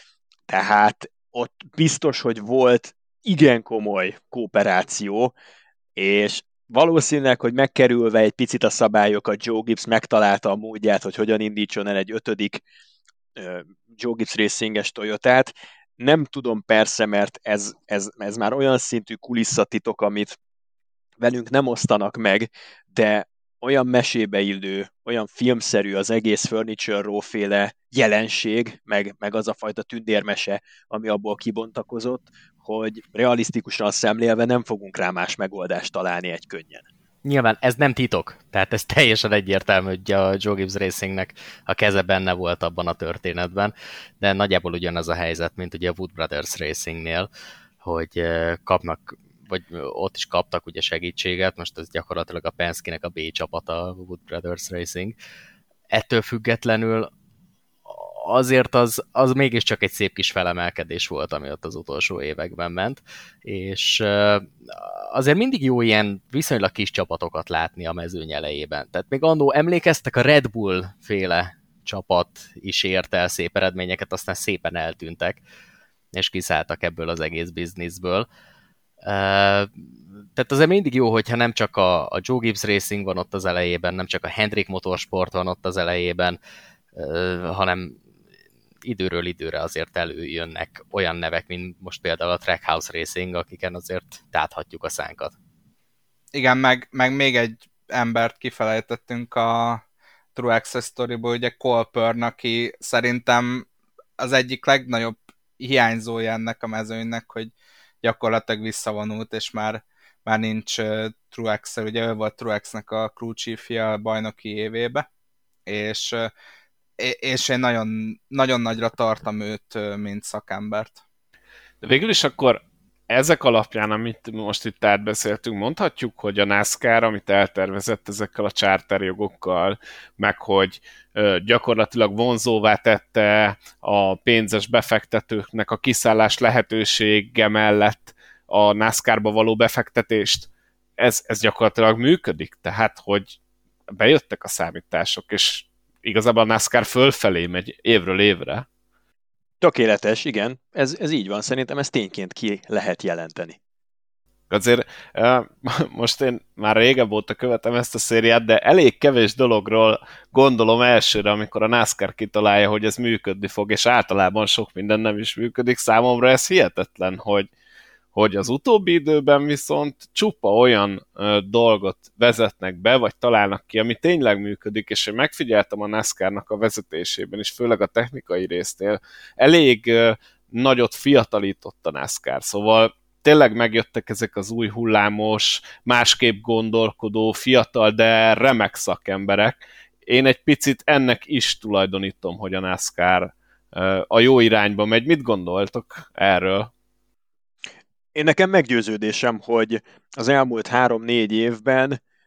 Tehát ott biztos, hogy volt igen komoly kooperáció, és valószínűleg, hogy megkerülve egy picit a szabályokat, Joe Gibbs megtalálta a módját, hogy hogyan indítson el egy ötödik uh, Joe Gibbs Racinges Toyotát. Nem tudom persze, mert ez, ez, ez már olyan szintű kulisszatitok, amit velünk nem osztanak meg, de olyan mesébe illő, olyan filmszerű az egész Furniture Row féle jelenség, meg, meg az a fajta tündérmese, ami abból kibontakozott, hogy realisztikusan szemlélve nem fogunk rá más megoldást találni egy könnyen.
Nyilván ez nem titok, tehát ez teljesen egyértelmű, hogy a Joe Gibbs Racingnek a keze benne volt abban a történetben, de nagyjából ugyanaz a helyzet, mint ugye a Wood Brothers Racingnél, hogy kapnak, vagy ott is kaptak ugye segítséget, most ez gyakorlatilag a Penske-nek a B csapata, a Wood Brothers Racing. Ettől függetlenül azért az, az mégiscsak egy szép kis felemelkedés volt, ami ott az utolsó években ment, és azért mindig jó ilyen viszonylag kis csapatokat látni a mezőny elejében. Tehát még annó emlékeztek, a Red Bull féle csapat is ért el szép eredményeket, aztán szépen eltűntek, és kiszálltak ebből az egész bizniszből. Tehát azért mindig jó, hogyha nem csak a, a Joe Gibbs Racing van ott az elejében, nem csak a Hendrick Motorsport van ott az elejében, hanem időről időre azért előjönnek olyan nevek, mint most például a Trackhouse Racing, akiken azért táthatjuk a szánkat.
Igen, meg, meg még egy embert kifelejtettünk a True Access Storyból, ugye Colburn, aki szerintem az egyik legnagyobb hiányzója ennek a mezőnynek, hogy gyakorlatilag visszavonult, és már, már nincs uh, Truex, ugye ő volt Truexnek a crew chiefje a bajnoki évébe, és uh, és én nagyon, nagyon nagyra tartom őt, mint szakembert.
De végül is akkor ezek alapján, amit most itt átbeszéltünk, mondhatjuk, hogy a NASCAR, amit eltervezett ezekkel a charterjogokkal, meg hogy gyakorlatilag vonzóvá tette a pénzes befektetőknek a kiszállás lehetősége mellett a NASCAR-ba való befektetést, ez, ez gyakorlatilag működik, tehát hogy bejöttek a számítások, és igazából a NASCAR fölfelé megy évről évre.
Tökéletes, igen. Ez, ez így van. Szerintem ezt tényként ki lehet jelenteni.
Azért most én már régebb óta követem ezt a szériát, de elég kevés dologról gondolom elsőre, amikor a NASCAR kitalálja, hogy ez működni fog, és általában sok minden nem is működik. Számomra ez hihetetlen, hogy hogy az utóbbi időben viszont csupa olyan ö, dolgot vezetnek be, vagy találnak ki, ami tényleg működik, és én megfigyeltem a NASCAR-nak a vezetésében, és főleg a technikai résznél, elég ö, nagyot fiatalított a NASCAR, szóval tényleg megjöttek ezek az új hullámos, másképp gondolkodó, fiatal, de remek szakemberek. Én egy picit ennek is tulajdonítom, hogy a NASCAR ö, a jó irányba megy. Mit gondoltok erről?
Én nekem meggyőződésem, hogy az elmúlt három-négy évben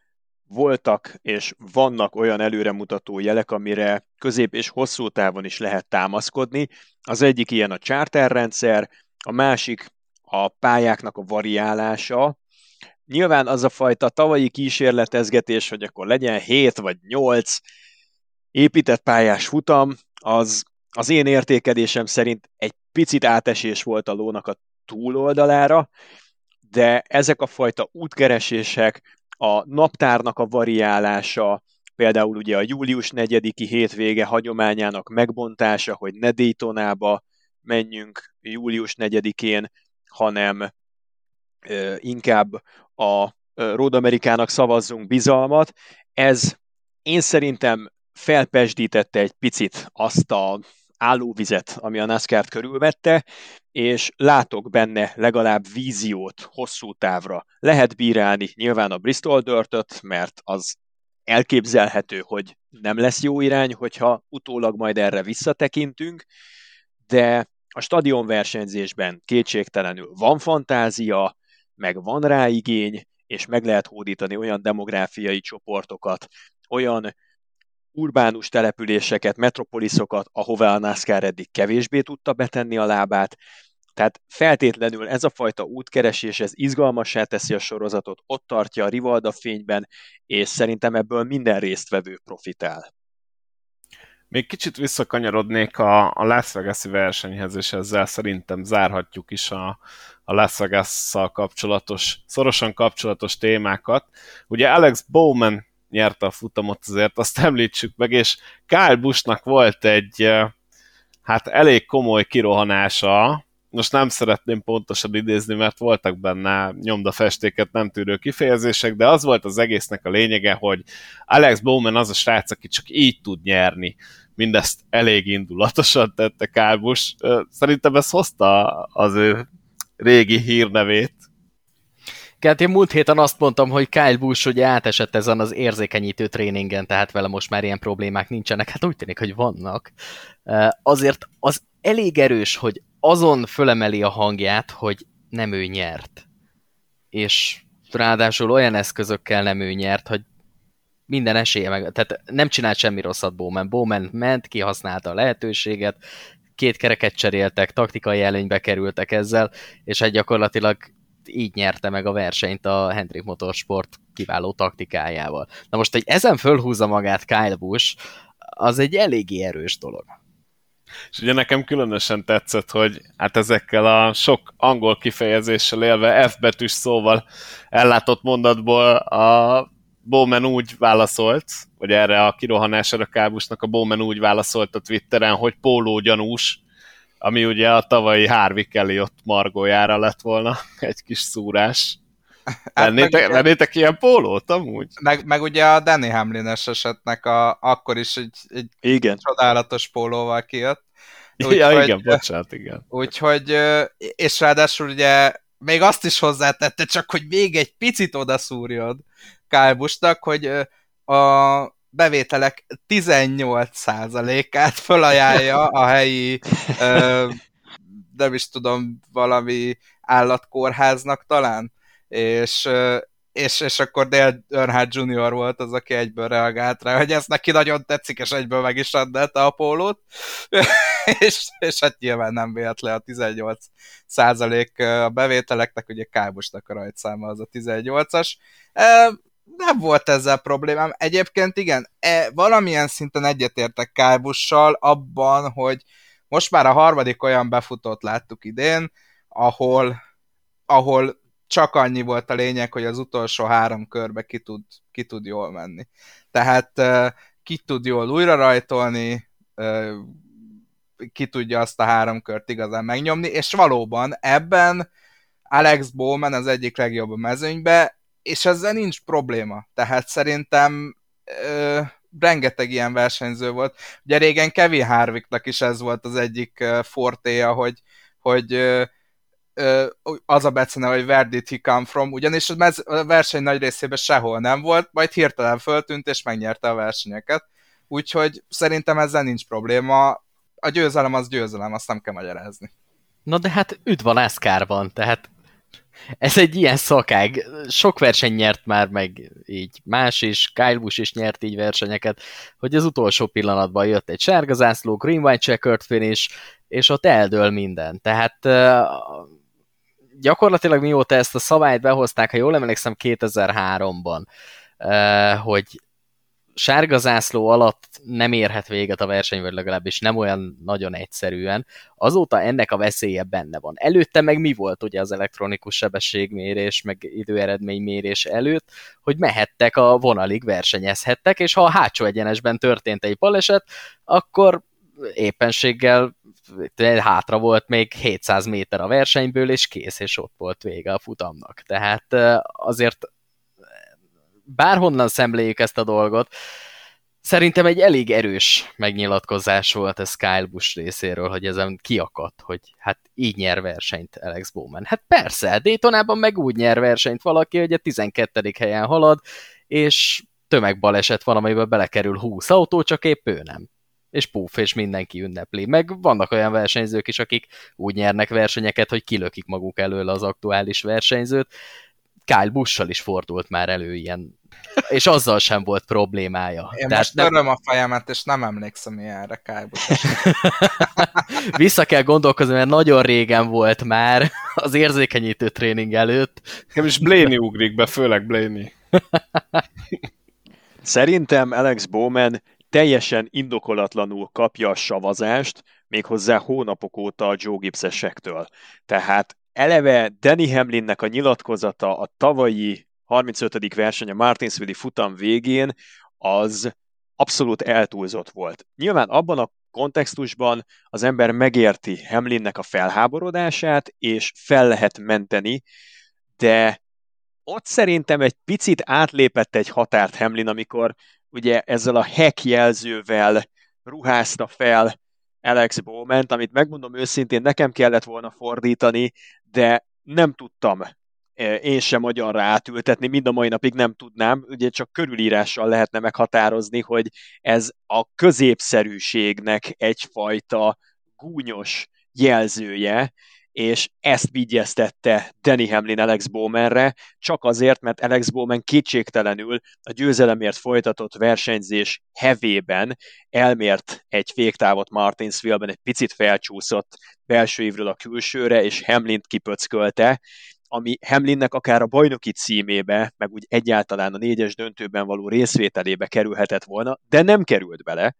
voltak és vannak olyan előremutató jelek, amire közép és hosszú távon is lehet támaszkodni. Az egyik ilyen a charterrendszer, a másik a pályáknak a variálása. Nyilván az a fajta tavalyi kísérletezgetés, hogy akkor legyen hét vagy nyolc épített pályás futam, az az én értékelésem szerint egy picit átesés volt a lónak a túloldalára, de ezek a fajta útkeresések, a naptárnak a variálása, például ugye a július negyediki hétvége hagyományának megbontása, hogy ne Daytonába menjünk július negyedikén, hanem ö, inkább a Road Amerikának szavazzunk bizalmat, ez én szerintem felpesdítette egy picit azt a állóvizet, ami a NASCAR-t körülvette, és látok benne legalább víziót hosszú távra. Lehet bírálni nyilván a Bristol Dirtöt, mert az elképzelhető, hogy nem lesz jó irány, hogyha utólag majd erre visszatekintünk, de a stadionversenyzésben kétségtelenül van fantázia, meg van rá igény, és meg lehet hódítani olyan demográfiai csoportokat, olyan urbánus településeket, metropoliszokat, ahová a NASCAR eddig kevésbé tudta betenni a lábát. Tehát feltétlenül ez a fajta útkeresés, ez izgalmassá teszi a sorozatot, ott tartja a Rivalda fényben, és szerintem ebből minden résztvevő profitál.
Még kicsit visszakanyarodnék a, a Las Vegas-i versenyhez, és ezzel szerintem zárhatjuk is a, a Las Vegas-szal kapcsolatos, szorosan kapcsolatos témákat. Ugye Alex Bowman nyerte a futamot, azért azt említsük meg, és Kyle Buschnak volt egy hát elég komoly kirohanása. Most nem szeretném pontosan idézni, mert voltak benne nyomdafestéket nem tűrő kifejezések, de az volt az egésznek a lényege, hogy Alex Bowman az a srác, aki csak így tud nyerni. Mindezt elég indulatosan tette Kyle Busch. Szerintem ez hozta az ő régi hírnevét.
Hát én múlt héten azt mondtam, hogy Kyle Busch ugye átesett ezen az érzékenyítő tréningen, tehát vele most már ilyen problémák nincsenek. Hát úgy tűnik, hogy vannak. Azért az elég erős, hogy azon fölemeli a hangját, hogy nem ő nyert. És ráadásul olyan eszközökkel nem ő nyert, hogy minden esélye meg, tehát nem csinált semmi rosszat Bowman. Bowman ment, kihasználta a lehetőséget, két kereket cseréltek, taktikai előnybe kerültek ezzel, és hát gyakorlatilag így nyerte meg a versenyt a Hendrick Motorsport kiváló taktikájával. Na most, hogy ezen fölhúzza magát Kyle Busch, az egy eléggé erős dolog.
És ugye nekem különösen tetszett, hogy hát ezekkel a sok angol kifejezéssel élve F betűs szóval ellátott mondatból a Bowman úgy válaszolt, vagy erre a kirohanásra Kyle Buschnak a Bowman úgy válaszolt a Twitteren, hogy póló gyanús, ami ugye a tavalyi Harvick Elliott margójára lett volna egy kis szúrás. Vennétek, hát vennétek ilyen pólót amúgy?
Meg, meg ugye a Danny Hamlin-es esetnek a, akkor is egy, egy
igen.
csodálatos pólóval kijött. Úgy,
ja,
hogy,
igen, bocsánat, igen.
Úgyhogy, és ráadásul ugye még azt is hozzátette, csak hogy még egy picit odaszúrjon Kyle Buschnak, hogy a bevételek tizennyolc százalékát fölajánlja a helyi, nem is tudom, valami állatkórháznak talán, és, és, és akkor Dale Earnhardt junior volt az, aki egyből reagált rá, hogy ez neki nagyon tetszik, és egyből meg is rendelte a pólót, és, és hát nyilván nem véletlen a tizennyolc százalék a bevételeknek, ugye Kyle Buschnak a rajtszáma az a tizennyolcas. Nem volt ezzel problémám. Egyébként igen, e, valamilyen szinten egyetértek Kyle Busch-sal abban, hogy most már a harmadik olyan befutót láttuk idén, ahol, ahol csak annyi volt a lényeg, hogy az utolsó három körbe ki tud, ki tud jól menni. Tehát uh, ki tud jól újra rajtolni, uh, ki tudja azt a három kört igazán megnyomni, és valóban ebben Alex Bowman az egyik legjobb a mezőnybe, és ezzel nincs probléma. Tehát szerintem ö, rengeteg ilyen versenyző volt. Ugye régen Kevin Harvicknak is ez volt az egyik uh, fortéja, hogy, hogy ö, ö, az a becene, hogy where did he come from, ugyanis a, mez- a verseny nagy részében sehol nem volt, majd hirtelen föltűnt és megnyerte a versenyeket. Úgyhogy szerintem ezzel nincs probléma. A győzelem az győzelem, azt nem kell magyarázni.
Na de hát üdv a NASCAR-ban, tehát Ez egy ilyen szakág. Sok verseny nyert már meg így más is, Kyle Busch is nyert így versenyeket, hogy az utolsó pillanatban jött egy sárga zászló, green white checkered finish, és ott eldől minden. Tehát gyakorlatilag mióta ezt a szabályt behozták, ha jól emlékszem kétezer-háromban, hogy sárga zászló alatt nem érhet véget a verseny, vagy legalábbis nem olyan nagyon egyszerűen, azóta ennek a veszélye benne van. Előtte meg mi volt ugye az elektronikus sebességmérés, meg időeredménymérés előtt, hogy mehettek a vonalig, versenyezhettek, és ha a hátsó egyenesben történt egy baleset, akkor éppenséggel hátra volt még hétszáz méter a versenyből, és kész, és ott volt vége a futamnak. Tehát azért bárhonnan szemléljük ezt a dolgot, szerintem egy elég erős megnyilatkozás volt ez Kyle Busch részéről, hogy ezen kiakadt, hogy hát így nyer versenyt Alex Bowman. Hát persze, Daytonában meg úgy nyer versenyt valaki, hogy a tizenkettedik helyen halad, és tömegbaleset van, amiben belekerül húsz autó, csak épp ő nem. És puf, és mindenki ünnepli. Meg vannak olyan versenyzők is, akik úgy nyernek versenyeket, hogy kilökik maguk elől az aktuális versenyzőt. Kyle Busch-sal is fordult már elő ilyen, és azzal sem volt problémája.
Én
Tehát
most töröm nem... a fejemet, és nem emlékszem ilyenre Kyle Busch.
Vissza kell gondolkozni, mert nagyon régen volt már az érzékenyítő tréning előtt.
Nem is Blaney ugrik be, főleg Blaney.
Szerintem Alex Bowman teljesen indokolatlanul kapja a savazást, méghozzá hónapok óta a Joe Gibbs-esektől. Tehát eleve Denny Hamlinnek a nyilatkozata a tavalyi harmincötödik verseny a Martinsville-i futam végén az abszolút eltúlzott volt. Nyilván abban a kontextusban az ember megérti Hamlinnek a felháborodását, és fel lehet menteni, de ott szerintem egy picit átlépett egy határt Hamlin, amikor ugye ezzel a hack jelzővel ruházta fel Alex Bowmant, amit megmondom őszintén, nekem kellett volna fordítani, de nem tudtam én sem magyarra átültetni, mind a mai napig nem tudnám, ugye csak körülírással lehetne meghatározni, hogy ez a középszerűségnek egyfajta gúnyos jelzője, és ezt vigyeztette Denny Hamlin Alex Bowmanre, csak azért, mert Alex Bowman kétségtelenül a győzelemért folytatott versenyzés hevében elmért egy féktávot Martinsville-ben, egy picit felcsúszott belső évről a külsőre, és Hamlint kipöckölte, ami Hamlinnek akár a bajnoki címébe, meg úgy egyáltalán a négyes döntőben való részvételébe kerülhetett volna, de nem került bele.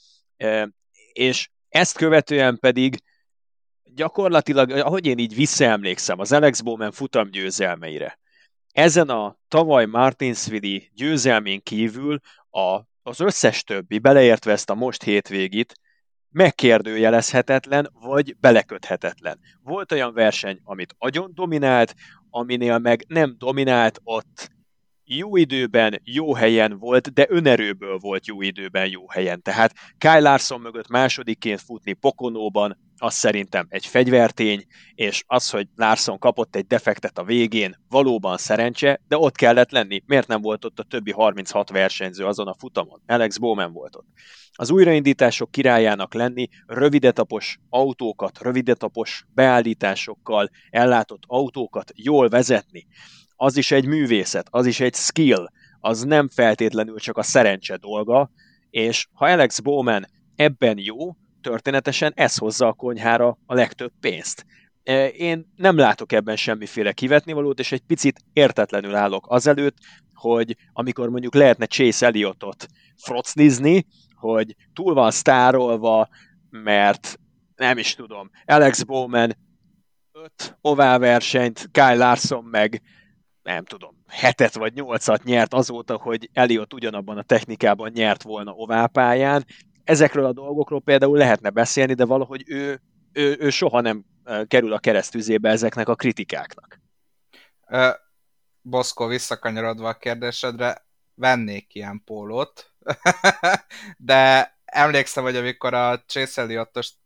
És ezt követően pedig gyakorlatilag, ahogy én így visszaemlékszem az Alex Bowman futam győzelmeire, ezen a tavaly Martinsville-i győzelmén kívül a, az összes többi, beleértve ezt a most hétvégit, megkérdőjelezhetetlen, vagy beleköthetetlen. Volt olyan verseny, amit agyon dominált, aminél meg nem dominált, ott jó időben, jó helyen volt, de önerőből volt jó időben, jó helyen. Tehát Kyle Larson mögött másodikként futni Pokonóban, az szerintem egy fegyvertény, és az, hogy Larson kapott egy defektet a végén, valóban szerencse, de ott kellett lenni. Miért nem volt ott a többi harminchat versenyző azon a futamon? Alex Bowman volt ott. Az újraindítások királyának lenni, rövidetapos autókat, rövidetapos beállításokkal ellátott autókat jól vezetni, az is egy művészet, az is egy skill, az nem feltétlenül csak a szerencse dolga, és ha Alex Bowman ebben jó, történetesen ez hozza a konyhára a legtöbb pénzt. Én nem látok ebben semmiféle kivetnivalót, és egy picit értetlenül állok azelőtt, hogy amikor mondjuk lehetne Chase Elliotot frocnizni, hogy túl van sztárolva, mert nem is tudom, Alex Bowman öt oválversenyt, Kyle Larson meg nem tudom, hetet vagy nyolcat nyert azóta, hogy Elliot ugyanabban a technikában nyert volna oválpályán. Ezekről a dolgokról például lehetne beszélni, de valahogy ő, ő, ő soha nem kerül a keresztüzébe ezeknek a kritikáknak.
Uh, Boszkó, visszakanyarodva a kérdésedre, vennék ilyen pólót, de emlékszem, hogy amikor a Chase Elliott-os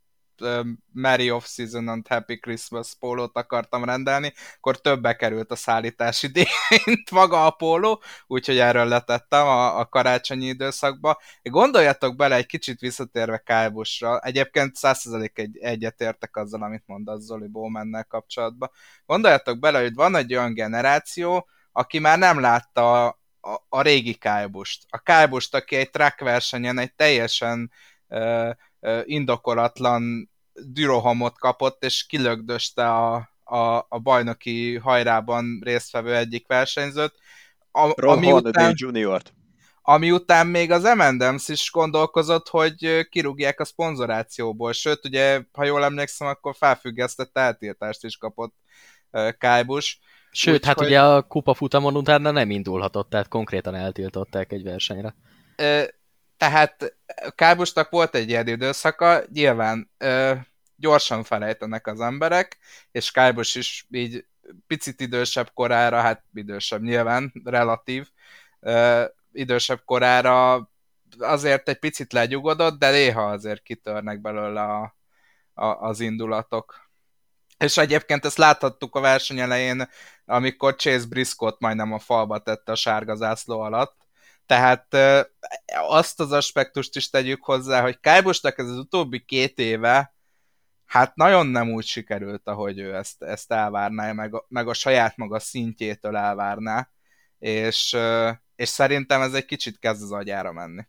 Merry Off-Season and Happy Christmas pólót akartam rendelni, akkor többe került a szállítási díj, mint maga a póló, úgyhogy erről letettem a, a karácsonyi időszakba. Gondoljatok bele egy kicsit visszatérve Kyle Buschra, egyébként száz százalék egy, egyetértek azzal, amit mondasz Zoli Bowmannel kapcsolatban. Gondoljatok bele, hogy van egy olyan generáció, aki már nem látta a, a, a régi Kyle Busch-t. A Kyle Busch-t, aki egy track versenyen egy teljesen uh, uh, indokolatlan dürohamot kapott, és kilögdöste a, a, a bajnoki hajrában résztvevő egyik versenyzőt. A,
Ron
ami után,
juniort.
Ami után még az em and em's is gondolkozott, hogy kirúgják a szponzorációból. Sőt, ugye, ha jól emlékszem, akkor felfüggesztett eltiltást is kapott uh, Kyle Busch.
Sőt,
Úgy,
hát
hogy...
ugye a kupafutamon utána nem indulhatott, tehát konkrétan eltiltották egy versenyre.
Ö, tehát Kyle Buschnak volt egy ilyen időszaka, nyilván ö, gyorsan felejtenek az emberek, és Kyle Busch is így picit idősebb korára, hát idősebb nyilván, relatív, ö, idősebb korára azért egy picit legyugodott, de néha azért kitörnek belőle a, a, az indulatok. És egyébként ezt láthattuk a verseny elején, amikor Chase Briscoe majdnem a falba tette a sárga zászló alatt. Tehát azt az aspektust is tegyük hozzá, hogy Kyle Buschnak ez az utóbbi két éve hát nagyon nem úgy sikerült, ahogy ő ezt, ezt elvárná, meg a, meg a saját maga szintjétől elvárná, és, és szerintem ez egy kicsit kezd az agyára menni.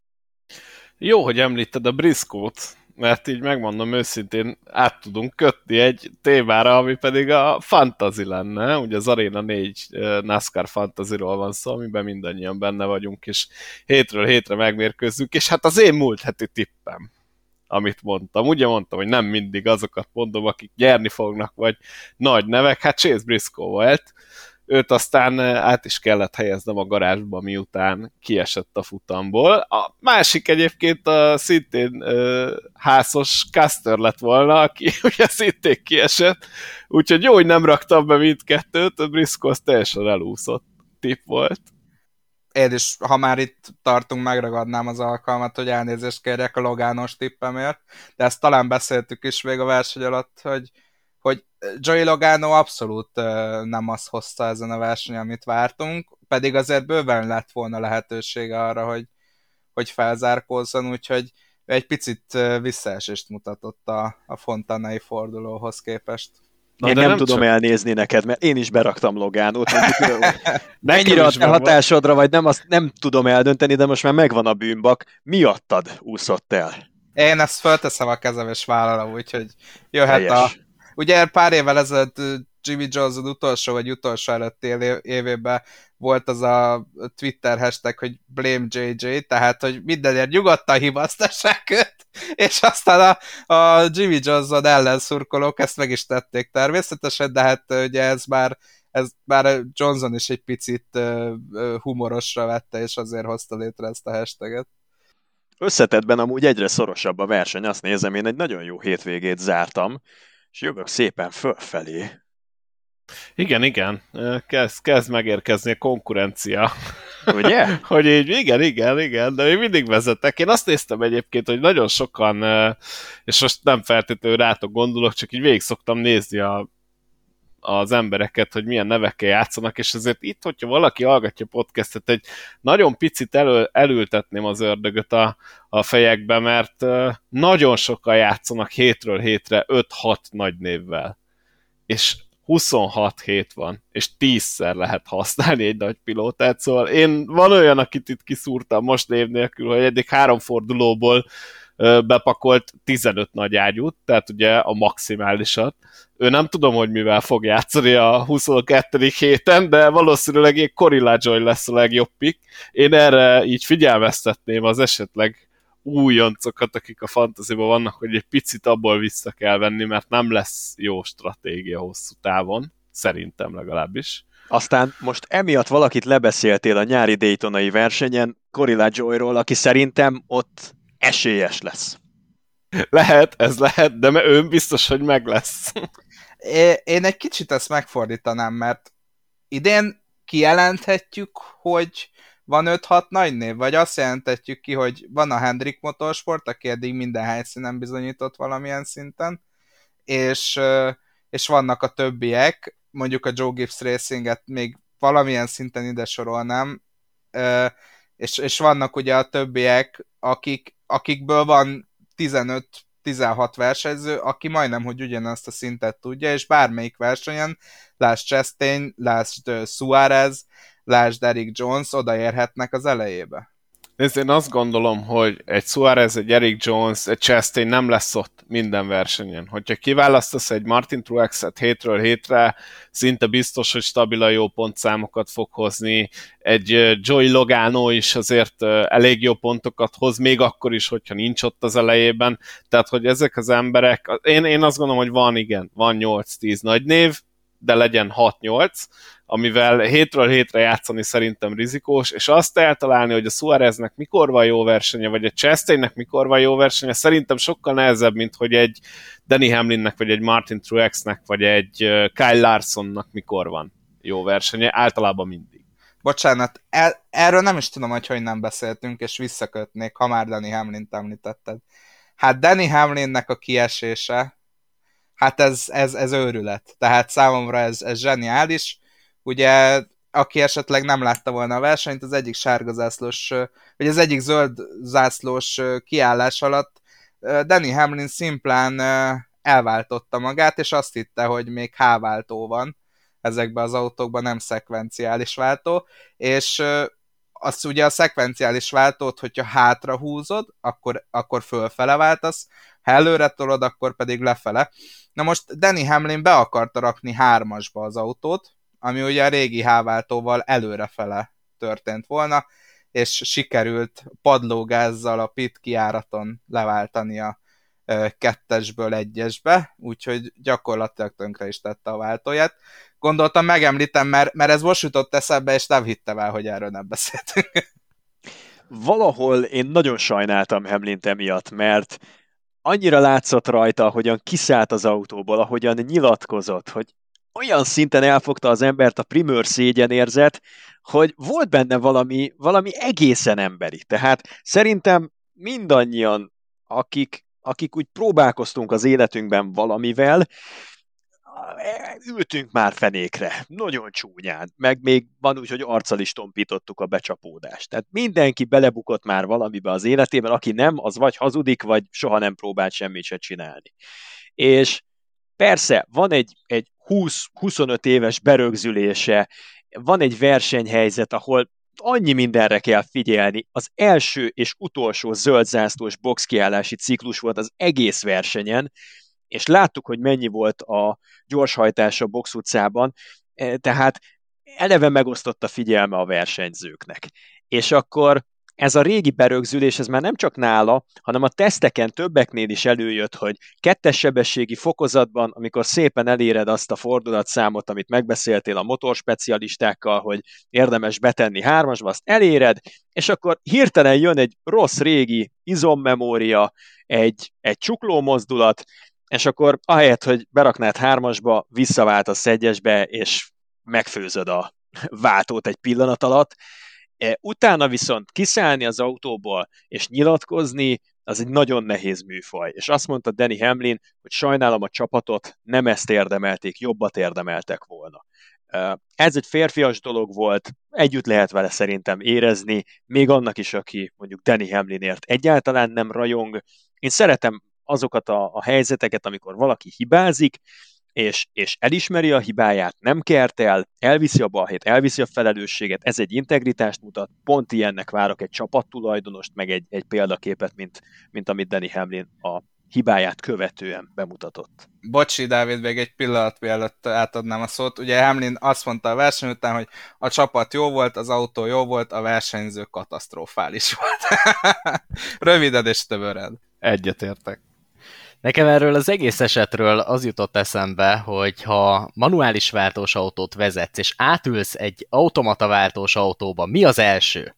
Jó, hogy említed a Briscoe-t, mert így megmondom őszintén, át tudunk kötni egy témára, ami pedig a fantasy lenne. Ugye az Arena négy NASCAR Fantasyról van szó, amiben mindannyian benne vagyunk, és hétről hétre megmérkőzzük, és hát az én múlt heti tippem, amit mondtam. Ugye mondtam, hogy nem mindig azokat mondom, akik nyerni fognak, vagy nagy nevek, hát Chase Briscoe volt. Őt aztán át is kellett helyeznem a garázsba, miután kiesett a futamból. A másik egyébként a szintén uh, házos Custer lett volna, aki ugye szintén kiesett. Úgyhogy jó, hogy nem raktam be mindkettőt, a Briscoe az teljesen elúszott tipp volt.
Én is, ha már itt tartunk, megragadnám az alkalmat, hogy elnézést kérjek a Logános tippemért, de ezt talán beszéltük is még a verseny alatt, hogy hogy Joey Logano abszolút uh, nem azt hozta ezen a versenyen, amit vártunk, pedig azért bőven lett volna lehetősége arra, hogy, hogy felzárkózzon, úgyhogy egy picit uh, visszaesést mutatott a, a fontanai fordulóhoz képest.
Na, én nem, nem tudom csak... elnézni neked, mert én is beraktam Logánót.
Mennyire
a te hatásodra, vagy nem, azt nem tudom eldönteni, de most már megvan a bűnbak. Miattad úszott el?
Én ezt fölteszem a kezem és vállalom, úgyhogy jöhet Helyes. a... Ugye pár évvel ezelőtt Jimmy Johnson utolsó vagy utolsó előtti évében volt az a Twitter hashtag, hogy blame jé jé, tehát, hogy mindenért nyugodtan hibasztassák őt, és aztán a, a Jimmy Johnson ellenszurkolók ezt meg is tették természetesen, de hát ugye ez már, ez már Johnson is egy picit uh, humorosra vette, és azért hozta létre ezt a hashtaget.
Összetettben amúgy egyre szorosabb a verseny, azt nézem, én egy nagyon jó hétvégét zártam, és jövök szépen fölfelé.
Igen, igen. Kezd, kezd megérkezni a konkurencia.
Ugye?
Hogy így, igen, igen, igen, de még mindig vezetek. Én azt néztem egyébként, hogy nagyon sokan, és most nem feltétlenül rátok gondolok, csak így végig szoktam nézni a, az embereket, hogy milyen nevekkel játszanak, és azért itt, hogyha valaki hallgatja podcastet, egy nagyon picit elő, elültetném az ördögöt a, a fejekbe, mert nagyon sokan játszanak hétről hétre öt-hat nagy névvel. És huszonhat hét van, és tízszer lehet használni egy nagy pilótát, szóval én van olyan, akit itt kiszúrtam most név nélkül, hogy eddig három fordulóból bepakolt tizenöt nagy ágyút, tehát ugye a maximálisat. Ő nem tudom, hogy mivel fog játszani a huszonkettedik héten, de valószínűleg egy Corey LaJoie lesz a legjobb pick. Én erre így figyelmeztetném az esetleg újoncokat, akik a fantasyban vannak, hogy egy picit abból vissza kell venni, mert nem lesz jó stratégia hosszú távon, szerintem legalábbis.
Aztán most emiatt valakit lebeszéltél a nyári Daytonai versenyen, Corey LaJoie-ról, aki szerintem ott esélyes lesz.
Lehet, ez lehet, de ő biztos, hogy meg lesz.
Én egy kicsit ezt megfordítanám, mert idén kijelenthetjük, hogy van öt-hat nagy név, vagy azt jelentetjük ki, hogy van a Hendrick Motorsport, aki eddig minden helyszínen bizonyított valamilyen szinten, és, és vannak a többiek, mondjuk a Joe Gibbs Racinget még valamilyen szinten ide sorolnám, és, és vannak ugye a többiek, akik, akikből van tizenöt-tizenhat versenyző, aki majdnem, hogy ugyanazt a szintet tudja, és bármelyik versenyen, lásd Chastain, lásd Suárez, lásd Eric Jones, odaérhetnek az elejébe.
Nézd, én azt gondolom, hogy egy Suárez, egy Eric Jones, egy Chastain nem lesz ott minden versenyen. Hogyha kiválasztasz egy Martin Truexet hétről hétre, szinte biztos, hogy stabilan jó pontszámokat fog hozni. Egy Joey Logano is azért elég jó pontokat hoz, még akkor is, hogyha nincs ott az elejében. Tehát, hogy ezek az emberek, én, én azt gondolom, hogy van, igen, van nyolc-tíz nagy név, de legyen hat-nyolc, amivel hétről hétre játszani szerintem rizikós, és azt eltalálni, hogy a Suáreznek mikor van jó versenye, vagy a Chastainnek mikor van jó versenye, szerintem sokkal nehezebb, mint hogy egy Denny Hamlinnek, vagy egy Martin Truexnek, vagy egy Kyle Larsonnak mikor van jó versenye, általában mindig.
Bocsánat, el, erről nem is tudom, hogy hogy nem beszéltünk, és visszakötnék, ha már Denny Hamlint említetted. Hát Denny Hamlinnek a kiesése, hát ez, ez, ez őrület. Tehát számomra ez, ez zseniális. Ugye, aki esetleg nem látta volna a versenyt, az egyik sárga zászlós, vagy az egyik zöld zászlós kiállás alatt Denny Hamlin szimplán elváltotta magát, és azt hitte, hogy még H-váltó van ezekben az autókban, nem szekvenciális váltó, és az ugye a szekvenciális váltót, hogyha hátra húzod, akkor, akkor fölfele váltasz, ha előre tolod, akkor pedig lefele. Na most Denny Hamlin be akarta rakni hármasba az autót, ami ugye a régi H-váltóval előrefele történt volna, és sikerült padlógázzal a pit kijáraton leváltani a kettesből egyesbe, úgyhogy gyakorlatilag tönkre is tette a váltóját. Gondoltam, megemlítem, mert, mert ez most jutott eszembe, és nem hittem el, hogy erről nem beszéltünk.
Valahol én nagyon sajnáltam Hamlint emiatt, mert annyira látszott rajta, ahogyan kiszállt az autóból, ahogyan nyilatkozott, hogy olyan szinten elfogta az embert a primőr szégyenérzet, hogy volt benne valami, valami egészen emberi. Tehát szerintem mindannyian, akik, akik úgy próbálkoztunk az életünkben valamivel, ültünk már fenékre, nagyon csúnyán, meg még van úgy, hogy arccal is tompítottuk a becsapódást. Tehát mindenki belebukott már valamibe az életében, aki nem, az vagy hazudik, vagy soha nem próbált semmit se csinálni. És persze, van egy, egy húsz-huszonöt éves berögzülése, van egy versenyhelyzet, ahol annyi mindenre kell figyelni. Az első és utolsó zöldzászlós boxkiállási ciklus volt az egész versenyen, és láttuk, hogy mennyi volt a gyorshajtás a box utcában, tehát eleve megosztott a figyelme a versenyzőknek. És akkor ez a régi berögzülés, ez már nem csak nála, hanem a teszteken többeknél is előjött, hogy kettes sebességi fokozatban, amikor szépen eléred azt a fordulatszámot, amit megbeszéltél a motorspecialistákkal, hogy érdemes betenni hármasba, azt eléred, és akkor hirtelen jön egy rossz régi izommemória, egy, egy csukló mozdulat, és akkor ahelyett, hogy beraknád hármasba, visszaváltasz egyesbe, és megfőzöd a váltót egy pillanat alatt. Utána viszont kiszállni az autóból, és nyilatkozni, az egy nagyon nehéz műfaj. És azt mondta Denny Hamlin, hogy sajnálom a csapatot, nem ezt érdemelték, jobbat érdemeltek volna. Ez egy férfias dolog volt, együtt lehet vele szerintem érezni, még annak is, aki mondjuk Denny Hamlinért egyáltalán nem rajong. Én szeretem azokat a, a helyzeteket, amikor valaki hibázik, és, és elismeri a hibáját, nem kert el, elviszi a balhét, elviszi a felelősséget, ez egy integritást mutat, pont ilyennek várok egy csapattulajdonost, meg egy, egy példaképet, mint, mint amit Denny Hamlin a hibáját követően bemutatott.
Bocsi, Dávid, még egy pillanat mielőtt átadnám a szót. Ugye Hamlin azt mondta a verseny után, hogy a csapat jó volt, az autó jó volt, a versenyző katasztrofális volt. Röviden és tömören.
Egyetértek.
Nekem erről az egész esetről az jutott eszembe, hogy ha manuális váltós autót vezetsz, és átülsz egy automata váltós autóba, mi az első?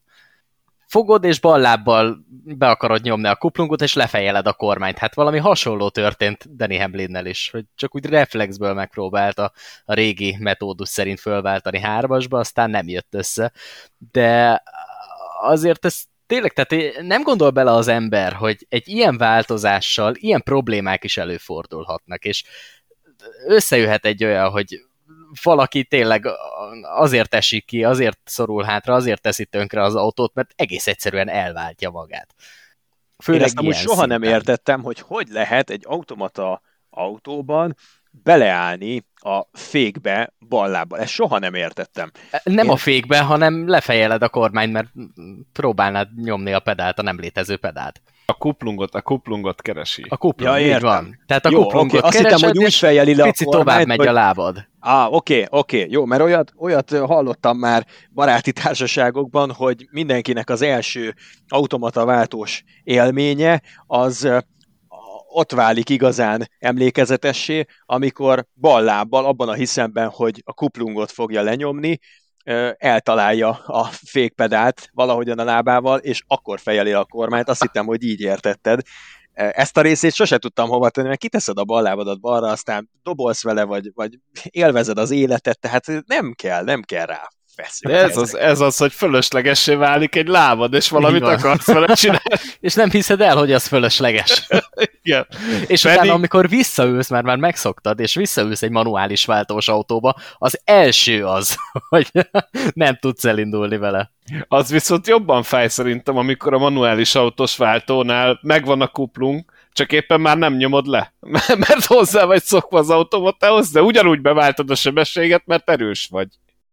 Fogod és bal lábbal be akarod nyomni a kuplungot, és lefejeled a kormányt. Hát valami hasonló történt Denny Hamlinnel is, hogy csak úgy reflexből megpróbálta a régi metódus szerint fölváltani hármasba, aztán nem jött össze. De azért ez tényleg, tehát nem gondol bele az ember, hogy egy ilyen változással ilyen problémák is előfordulhatnak, és összejöhet egy olyan, hogy valaki tényleg azért esik ki, azért szorul hátra, azért teszi tönkre az autót, mert egész egyszerűen elváltja magát.
Főleg Én ezt amúgy soha szinten. nem értettem, hogy hogy lehet egy automata autóban beleállni a fékbe ballábbal. Ezt soha nem értettem.
Nem
Én...
a fékbe, hanem lefejeled a kormányt, mert próbálnád nyomni a pedált, a nem létező pedált.
A kuplungot, a kuplungot keresi.
A kuplung, ja, így van. Tehát a
jó,
kuplungot
okay. Azt hittem, hogy úgy fejeli le a
picit tovább megy
hogy...
a lábad.
Á, oké, oké, jó, mert olyat, olyat hallottam már baráti társaságokban, hogy mindenkinek az első automata váltós élménye az ott válik igazán emlékezetessé, amikor bal lábbal, abban a hiszemben, hogy a kuplungot fogja lenyomni, eltalálja a fékpedált valahogyan a lábával, és akkor fejeli a kormányt. Azt hittem, hogy így értetted. Ezt a részét sose tudtam hova tenni, mert kiteszed a bal lábadat balra, aztán dobolsz vele, vagy, vagy élvezed az életet, tehát nem kell, nem kell rá feszülni.
De ez az, ez az, hogy fölöslegessé válik egy lábad, és valamit akarsz vele csinálni.
És nem hiszed el, hogy az fölösleges.
Igen.
És Pedig... utána, amikor visszaülsz, mert már megszoktad, és visszaülsz egy manuális váltós autóba, az első az, hogy nem tudsz elindulni vele.
Az viszont jobban fáj szerintem, amikor a manuális autós váltónál megvan a kuplung, csak éppen már nem nyomod le, mert hozzá vagy szokva az automatához, de ugyanúgy beváltod a sebességet, mert erős vagy.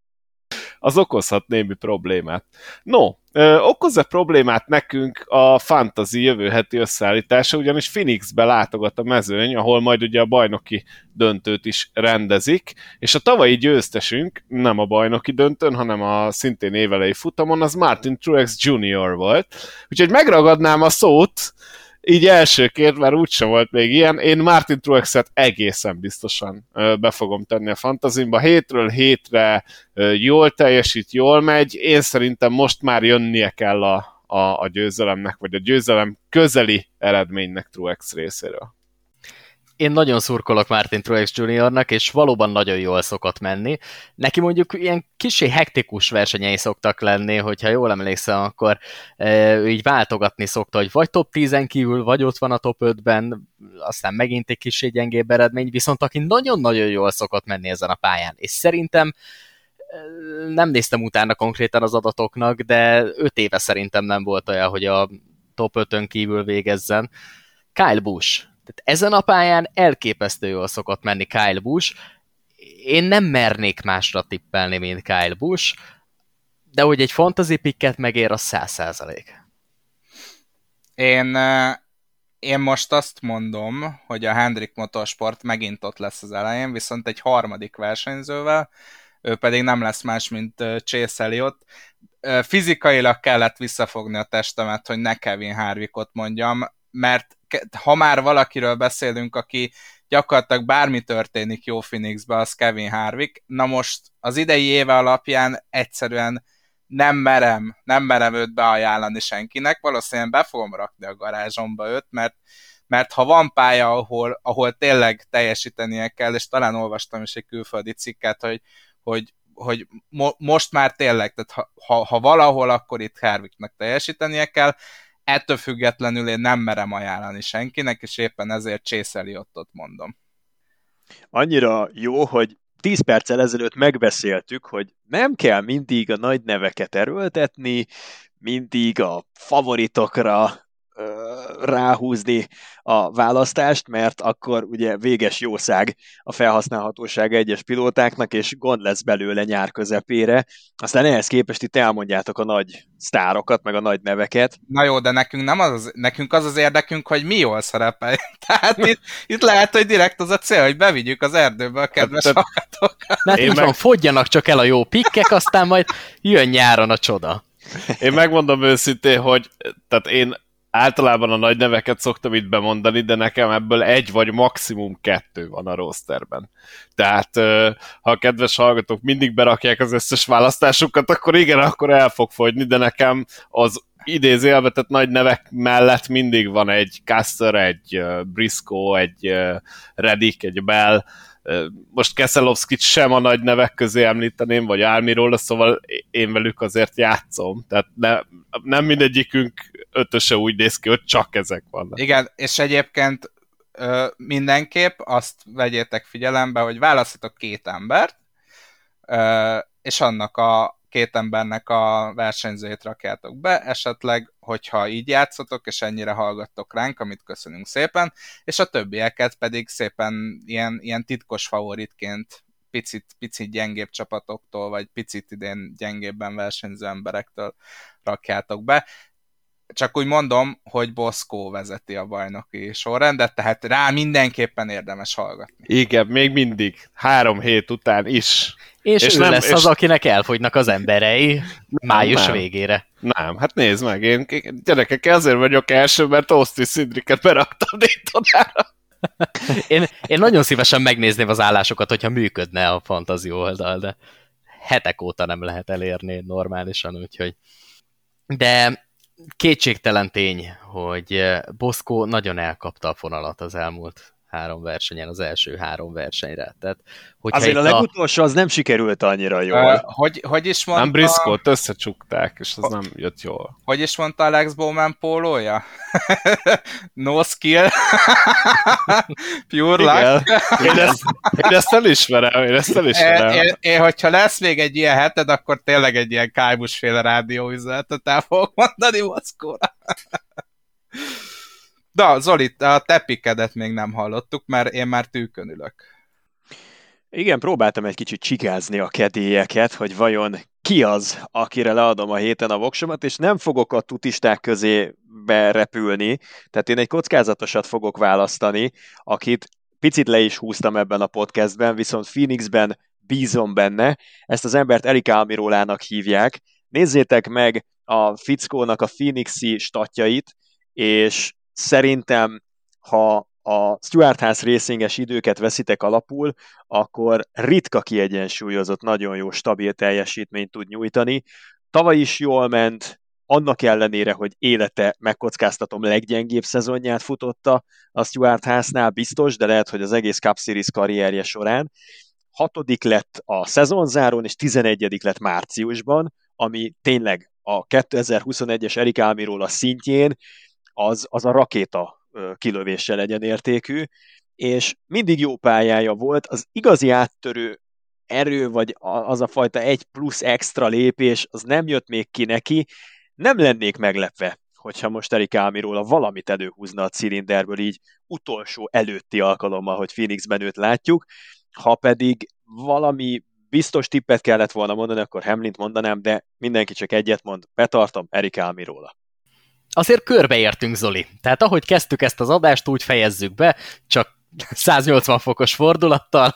Az okozhat némi problémát. No, ö, okoz-e problémát nekünk a fantasy jövő heti összeállítása, ugyanis Phoenixbe látogat a mezőny, ahol majd ugye a bajnoki döntőt is rendezik, és a tavalyi győztesünk nem a bajnoki döntőn, hanem a szintén évelei futamon, az Martin Truex junior volt. Úgyhogy megragadnám a szót, így elsőként, mert úgysem volt még ilyen, én Martin Truexet egészen biztosan be fogom tenni a fantazimba. Hétről hétre jól teljesít, jól megy. Én szerintem most már jönnie kell a, a, a győzelemnek, vagy a győzelem közeli eredménynek Truex részéről.
Én nagyon szurkolok Martin Truex juniornak, és valóban nagyon jól szokott menni. Neki mondjuk ilyen kicsi hektikus versenyei szoktak lenni, hogyha jól emlékszem, akkor e, ő így váltogatni szokta, hogy vagy top tízen kívül, vagy ott van a top ötben, aztán megint egy kicsi gyengébb eredmény, viszont aki nagyon-nagyon jól szokott menni ezen a pályán, és szerintem nem néztem utána konkrétan az adatoknak, de öt éve szerintem nem volt olyan, hogy a top ötön kívül végezzen. Kyle Busch. Tehát ezen a pályán elképesztő jól szokott menni Kyle Busch. Én nem mernék másra tippelni, mint Kyle Busch, de hogy egy fantasy picket megér, az száz százalék.
Én, én most azt mondom, hogy a Hendrick Motorsport megint ott lesz az elején, viszont egy harmadik versenyzővel, ő pedig nem lesz más, mint Chase Elliott. Fizikailag kellett visszafogni a testemet, hogy ne Kevin Harvickot mondjam, mert ha már valakiről beszélünk, aki gyakorlatilag bármi történik jó Phoenixbe, az Kevin Harvick. Na most az idei éve alapján egyszerűen nem merem, nem merem őt beajánlani senkinek, valószínűleg be fogom rakni a garázsomba őt, mert, mert ha van pálya, ahol, ahol tényleg teljesítenie kell, és talán olvastam is egy külföldi cikket, hogy, hogy, hogy mo- most már tényleg, tehát ha, ha, ha valahol, akkor itt Harvicknak teljesítenie kell. Ettől függetlenül én nem merem ajánlani senkinek, és éppen ezért Chase Elliotot mondom.
Annyira jó, hogy tíz perccel ezelőtt megbeszéltük, hogy nem kell mindig a nagy neveket erőltetni, mindig a favoritokra ráhúzni a választást, mert akkor ugye véges jószág a felhasználhatósága egyes pilótáknak, és gond lesz belőle nyár közepére. Aztán ehhez képest itt elmondjátok a nagy sztárokat, meg a nagy neveket.
Na jó, de nekünk, nem az, nekünk az az érdekünk, hogy mi jól szerepel. Tehát itt, itt lehet, hogy direkt az a cél, hogy bevigyük az erdőbe a kedves hallgatókat.
Hát így meg... van, fogjanak csak el a jó pikkek, aztán majd jön nyáron a csoda.
Én megmondom őszintén, hogy tehát én általában a nagy neveket szoktam itt bemondani, de nekem ebből egy vagy maximum kettő van a rosterben. Tehát, ha a kedves hallgatók mindig berakják az összes választásukat, akkor igen, akkor el fog fogyni, de nekem az idézőjelbe tett nagy nevek mellett mindig van egy Custer, egy Briscoe, egy Reddick, egy Bell, Most Keselowskit sem a nagy nevek közé említeném, vagy Almirola, szóval én velük azért játszom. Tehát ne, nem mindegyikünk ötöse úgy néz ki, hogy csak ezek vannak.
Igen, és egyébként ö, mindenképp azt vegyétek figyelembe, hogy választhatok két embert, ö, és annak a két embernek a versenyzőjét rakjátok be, esetleg, hogyha így játszotok, és ennyire hallgattok ránk, amit köszönünk szépen, és a többieket pedig szépen ilyen, ilyen titkos favoritként picit, picit gyengébb csapatoktól, vagy picit idén gyengébben versenyző emberektől rakjátok be. Csak úgy mondom, hogy Boszkó vezeti a bajnoki sorrendet, tehát rá mindenképpen érdemes hallgatni.
Igen, még mindig. Három hét után is.
És, és ő nem, lesz és... az, akinek elfogynak az emberei május
nem.
végére.
Nem, hát nézd meg, én gyerekek, ezért vagyok első, mert Austin Cindricet beraktam Daytonára.
én, én nagyon szívesen megnézném az állásokat, hogyha működne a fantasy oldal, de hetek óta nem lehet elérni normálisan, úgyhogy... De kétségtelen tény, hogy Boszkó nagyon elkapta a fonalat az elmúlt három versenyen, az első három versenyre. Tehát,
azért a legutolsó az nem sikerült annyira jól.
Uh, hogy, hogy is mondta...
Nem Briscoe-t összecsukták, és az nem jött jól.
Hogy is mondta Alex Bowman pólója? No skill. Pure luck.
Én ezt, én ezt elismerem, én ezt elismerem.
Én, én, én, hogyha lesz még egy ilyen heted, akkor tényleg egy ilyen Kájbusféle rádióüzenetet el fogok mondani Moszkóra. De Zoli, a te pikedet még nem hallottuk, mert én már tűkön ülök.
Igen, próbáltam egy kicsit csigázni a kedélyeket, hogy vajon ki az, akire leadom a héten a voksomat, és nem fogok a tutisták közé berepülni, tehát én egy kockázatosat fogok választani, akit picit le is húztam ebben a podcastben, viszont Phoenixben bízom benne, ezt az embert Erik Almirolának hívják. Nézzétek meg a fickónak a Phoenixi statjait, és szerintem, ha a Stewart Haas Racinges időket veszitek alapul, akkor ritka kiegyensúlyozott, nagyon jó, stabil teljesítményt tud nyújtani. Tavaly is jól ment, annak ellenére, hogy élete megkockáztatom leggyengébb szezonját futotta a Stewart Haasnál, biztos, de lehet, hogy az egész Cup Series karrierje során. Hatodik lett a szezonzárón, és tizenegyedik lett márciusban, ami tényleg a kétezer-huszonegyes Erik Almirola szintjén az, az a rakéta kilövéssel legyen értékű, és mindig jó pályája volt, az igazi áttörő erő, vagy az a fajta egy plusz extra lépés, az nem jött még ki neki, nem lennék meglepve, hogyha most Erik Almirola valamit előhúzna a cilinderből így utolsó előtti alkalommal, hogy Phoenixben őt látjuk, ha pedig valami biztos tippet kellett volna mondani, akkor Hamlint mondanám, de mindenki csak egyet mond, betartom, Erik Almirola.
Azért körbeértünk, Zoli. Tehát ahogy kezdtük ezt az adást, úgy fejezzük be, csak száznyolcvan fokos fordulattal.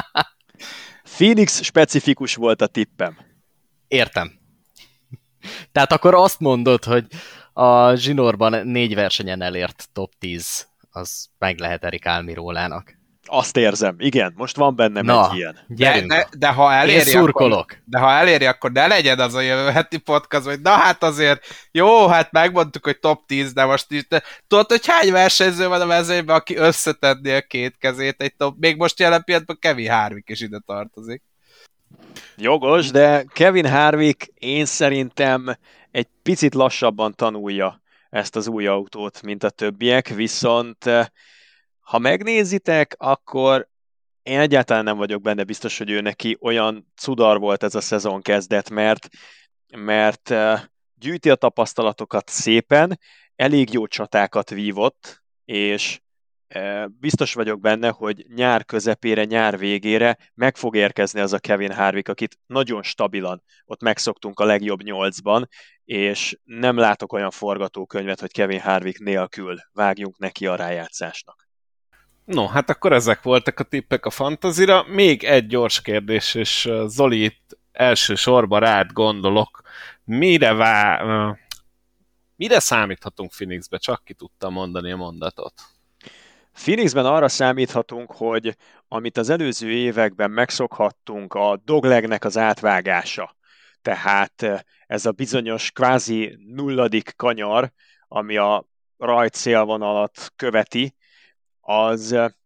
Phoenix specifikus volt a tippem.
Értem. Tehát akkor azt mondod, hogy a zsinórban négy versenyen elért top tíz, az meg lehet Erik Almirolának.
Azt érzem, igen, most van bennem
Na,
egy ilyen.
De, de, de ha eléri, akkor, de ha eléri, akkor ne legyen az a jövő heti podcast, hogy na hát azért, jó, hát megmondtuk, hogy top tíz, de most is, de tudod, hogy hány versenyző van a mezőnyben, aki összetedné a két kezét egy top, még most jelen pillanatban Kevin Harvick is ide tartozik.
Jogos, de Kevin Harvick én szerintem egy picit lassabban tanulja ezt az új autót, mint a többiek, viszont ha megnézitek, akkor én egyáltalán nem vagyok benne biztos, hogy ő neki olyan cudar volt ez a szezon kezdet, mert, mert gyűjti a tapasztalatokat szépen, elég jó csatákat vívott, és biztos vagyok benne, hogy nyár közepére, nyár végére meg fog érkezni az a Kevin Harvick, akit nagyon stabilan ott megszoktunk a legjobb nyolcban, és nem látok olyan forgatókönyvet, hogy Kevin Harvick nélkül vágjunk neki a rájátszásnak.
No, hát akkor ezek voltak a tippek a fantazira. Még egy gyors kérdés, és Zoli, itt első sorban rád gondolok. Mire, vá... Mire számíthatunk Phoenixbe? Csak ki tudtam mondani a mondatot.
Phoenixben arra számíthatunk, hogy amit az előző években megszokhattunk, a doglegnek az átvágása. Tehát ez a bizonyos kvázi nulladik kanyar, ami a rajt szélvonalat követi, az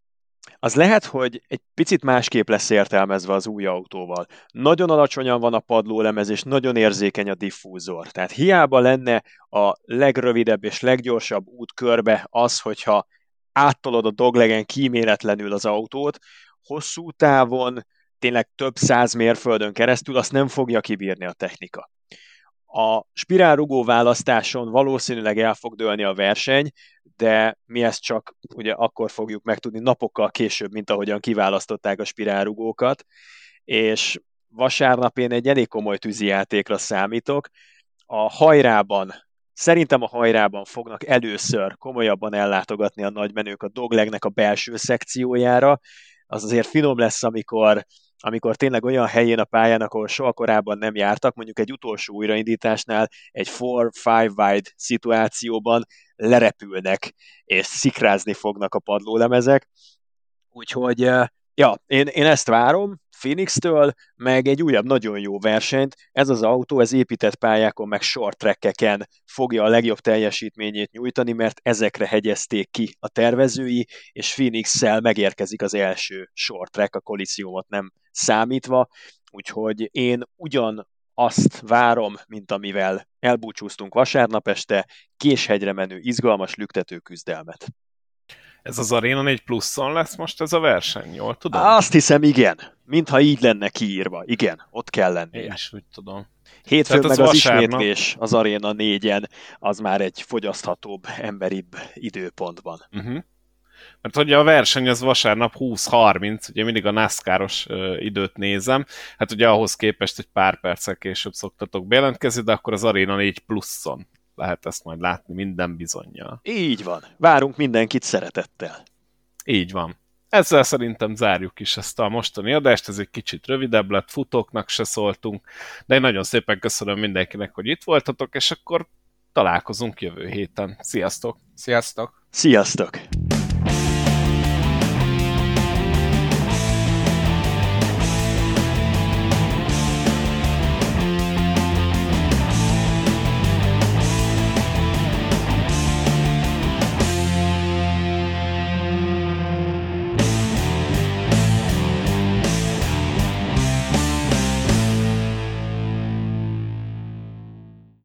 Az lehet, hogy egy picit másképp lesz értelmezve az új autóval. Nagyon alacsonyan van a padlólemez, és nagyon érzékeny a diffúzor. Tehát hiába lenne a legrövidebb és leggyorsabb út körbe az, hogyha áttolod a doglegen kíméletlenül az autót, hosszú távon, tényleg több száz mérföldön keresztül azt nem fogja kibírni a technika. A spirálrugó választáson valószínűleg el fog dőlni a verseny, de mi ezt csak ugye akkor fogjuk megtudni napokkal később, mint ahogyan kiválasztották a spirálrugókat, és vasárnap én egy elég komoly tűzijátékra számítok. A hajrában, szerintem a hajrában fognak először komolyabban ellátogatni a nagymenők a doglegnek a belső szekciójára. Az azért finom lesz, amikor amikor tényleg olyan helyén a pályának, ahol soha korábban nem jártak, mondjuk egy utolsó újraindításnál, egy four-five wide szituációban lerepülnek, és szikrázni fognak a padlólemezek. Úgyhogy, ja, én, én ezt várom Phoenix-től, meg egy újabb nagyon jó versenyt. Ez az autó, ez épített pályákon, meg short trackeken fogja a legjobb teljesítményét nyújtani, mert ezekre hegyezték ki a tervezői, és Phoenix-szel megérkezik az első short track, a Coliseumot nem számítva, úgyhogy én ugyan azt várom, mint amivel elbúcsúztunk vasárnap este, késhegyre menő, izgalmas, lüktető küzdelmet.
Ez az Arena négy pluszon lesz most ez a verseny, jól tudom?
Azt hiszem, igen. Mintha így lenne kiírva. Igen, ott kell lennie.
Én is úgy tudom.
Hétfőn meg
az
az
vasárnap...
ismétlés az Arena négyen, az már egy fogyaszthatóbb, emberibb időpontban.
Uh-huh. Mert ugye a verseny az vasárnap húsz harminc, ugye mindig a NASCAR-os uh, időt nézem, hát ugye ahhoz képest egy pár perccel később szoktatok bejelentkezni, de akkor az Arena négy pluszon lehet ezt majd látni minden bizonnyal.
Így van. Várunk mindenkit szeretettel.
Így van. Ezzel szerintem zárjuk is ezt a mostani adást, ez egy kicsit rövidebb lett, futóknak se szóltunk, de én nagyon szépen köszönöm mindenkinek, hogy itt voltatok, és akkor találkozunk jövő héten. Sziasztok!
Sziasztok!
Sziasztok!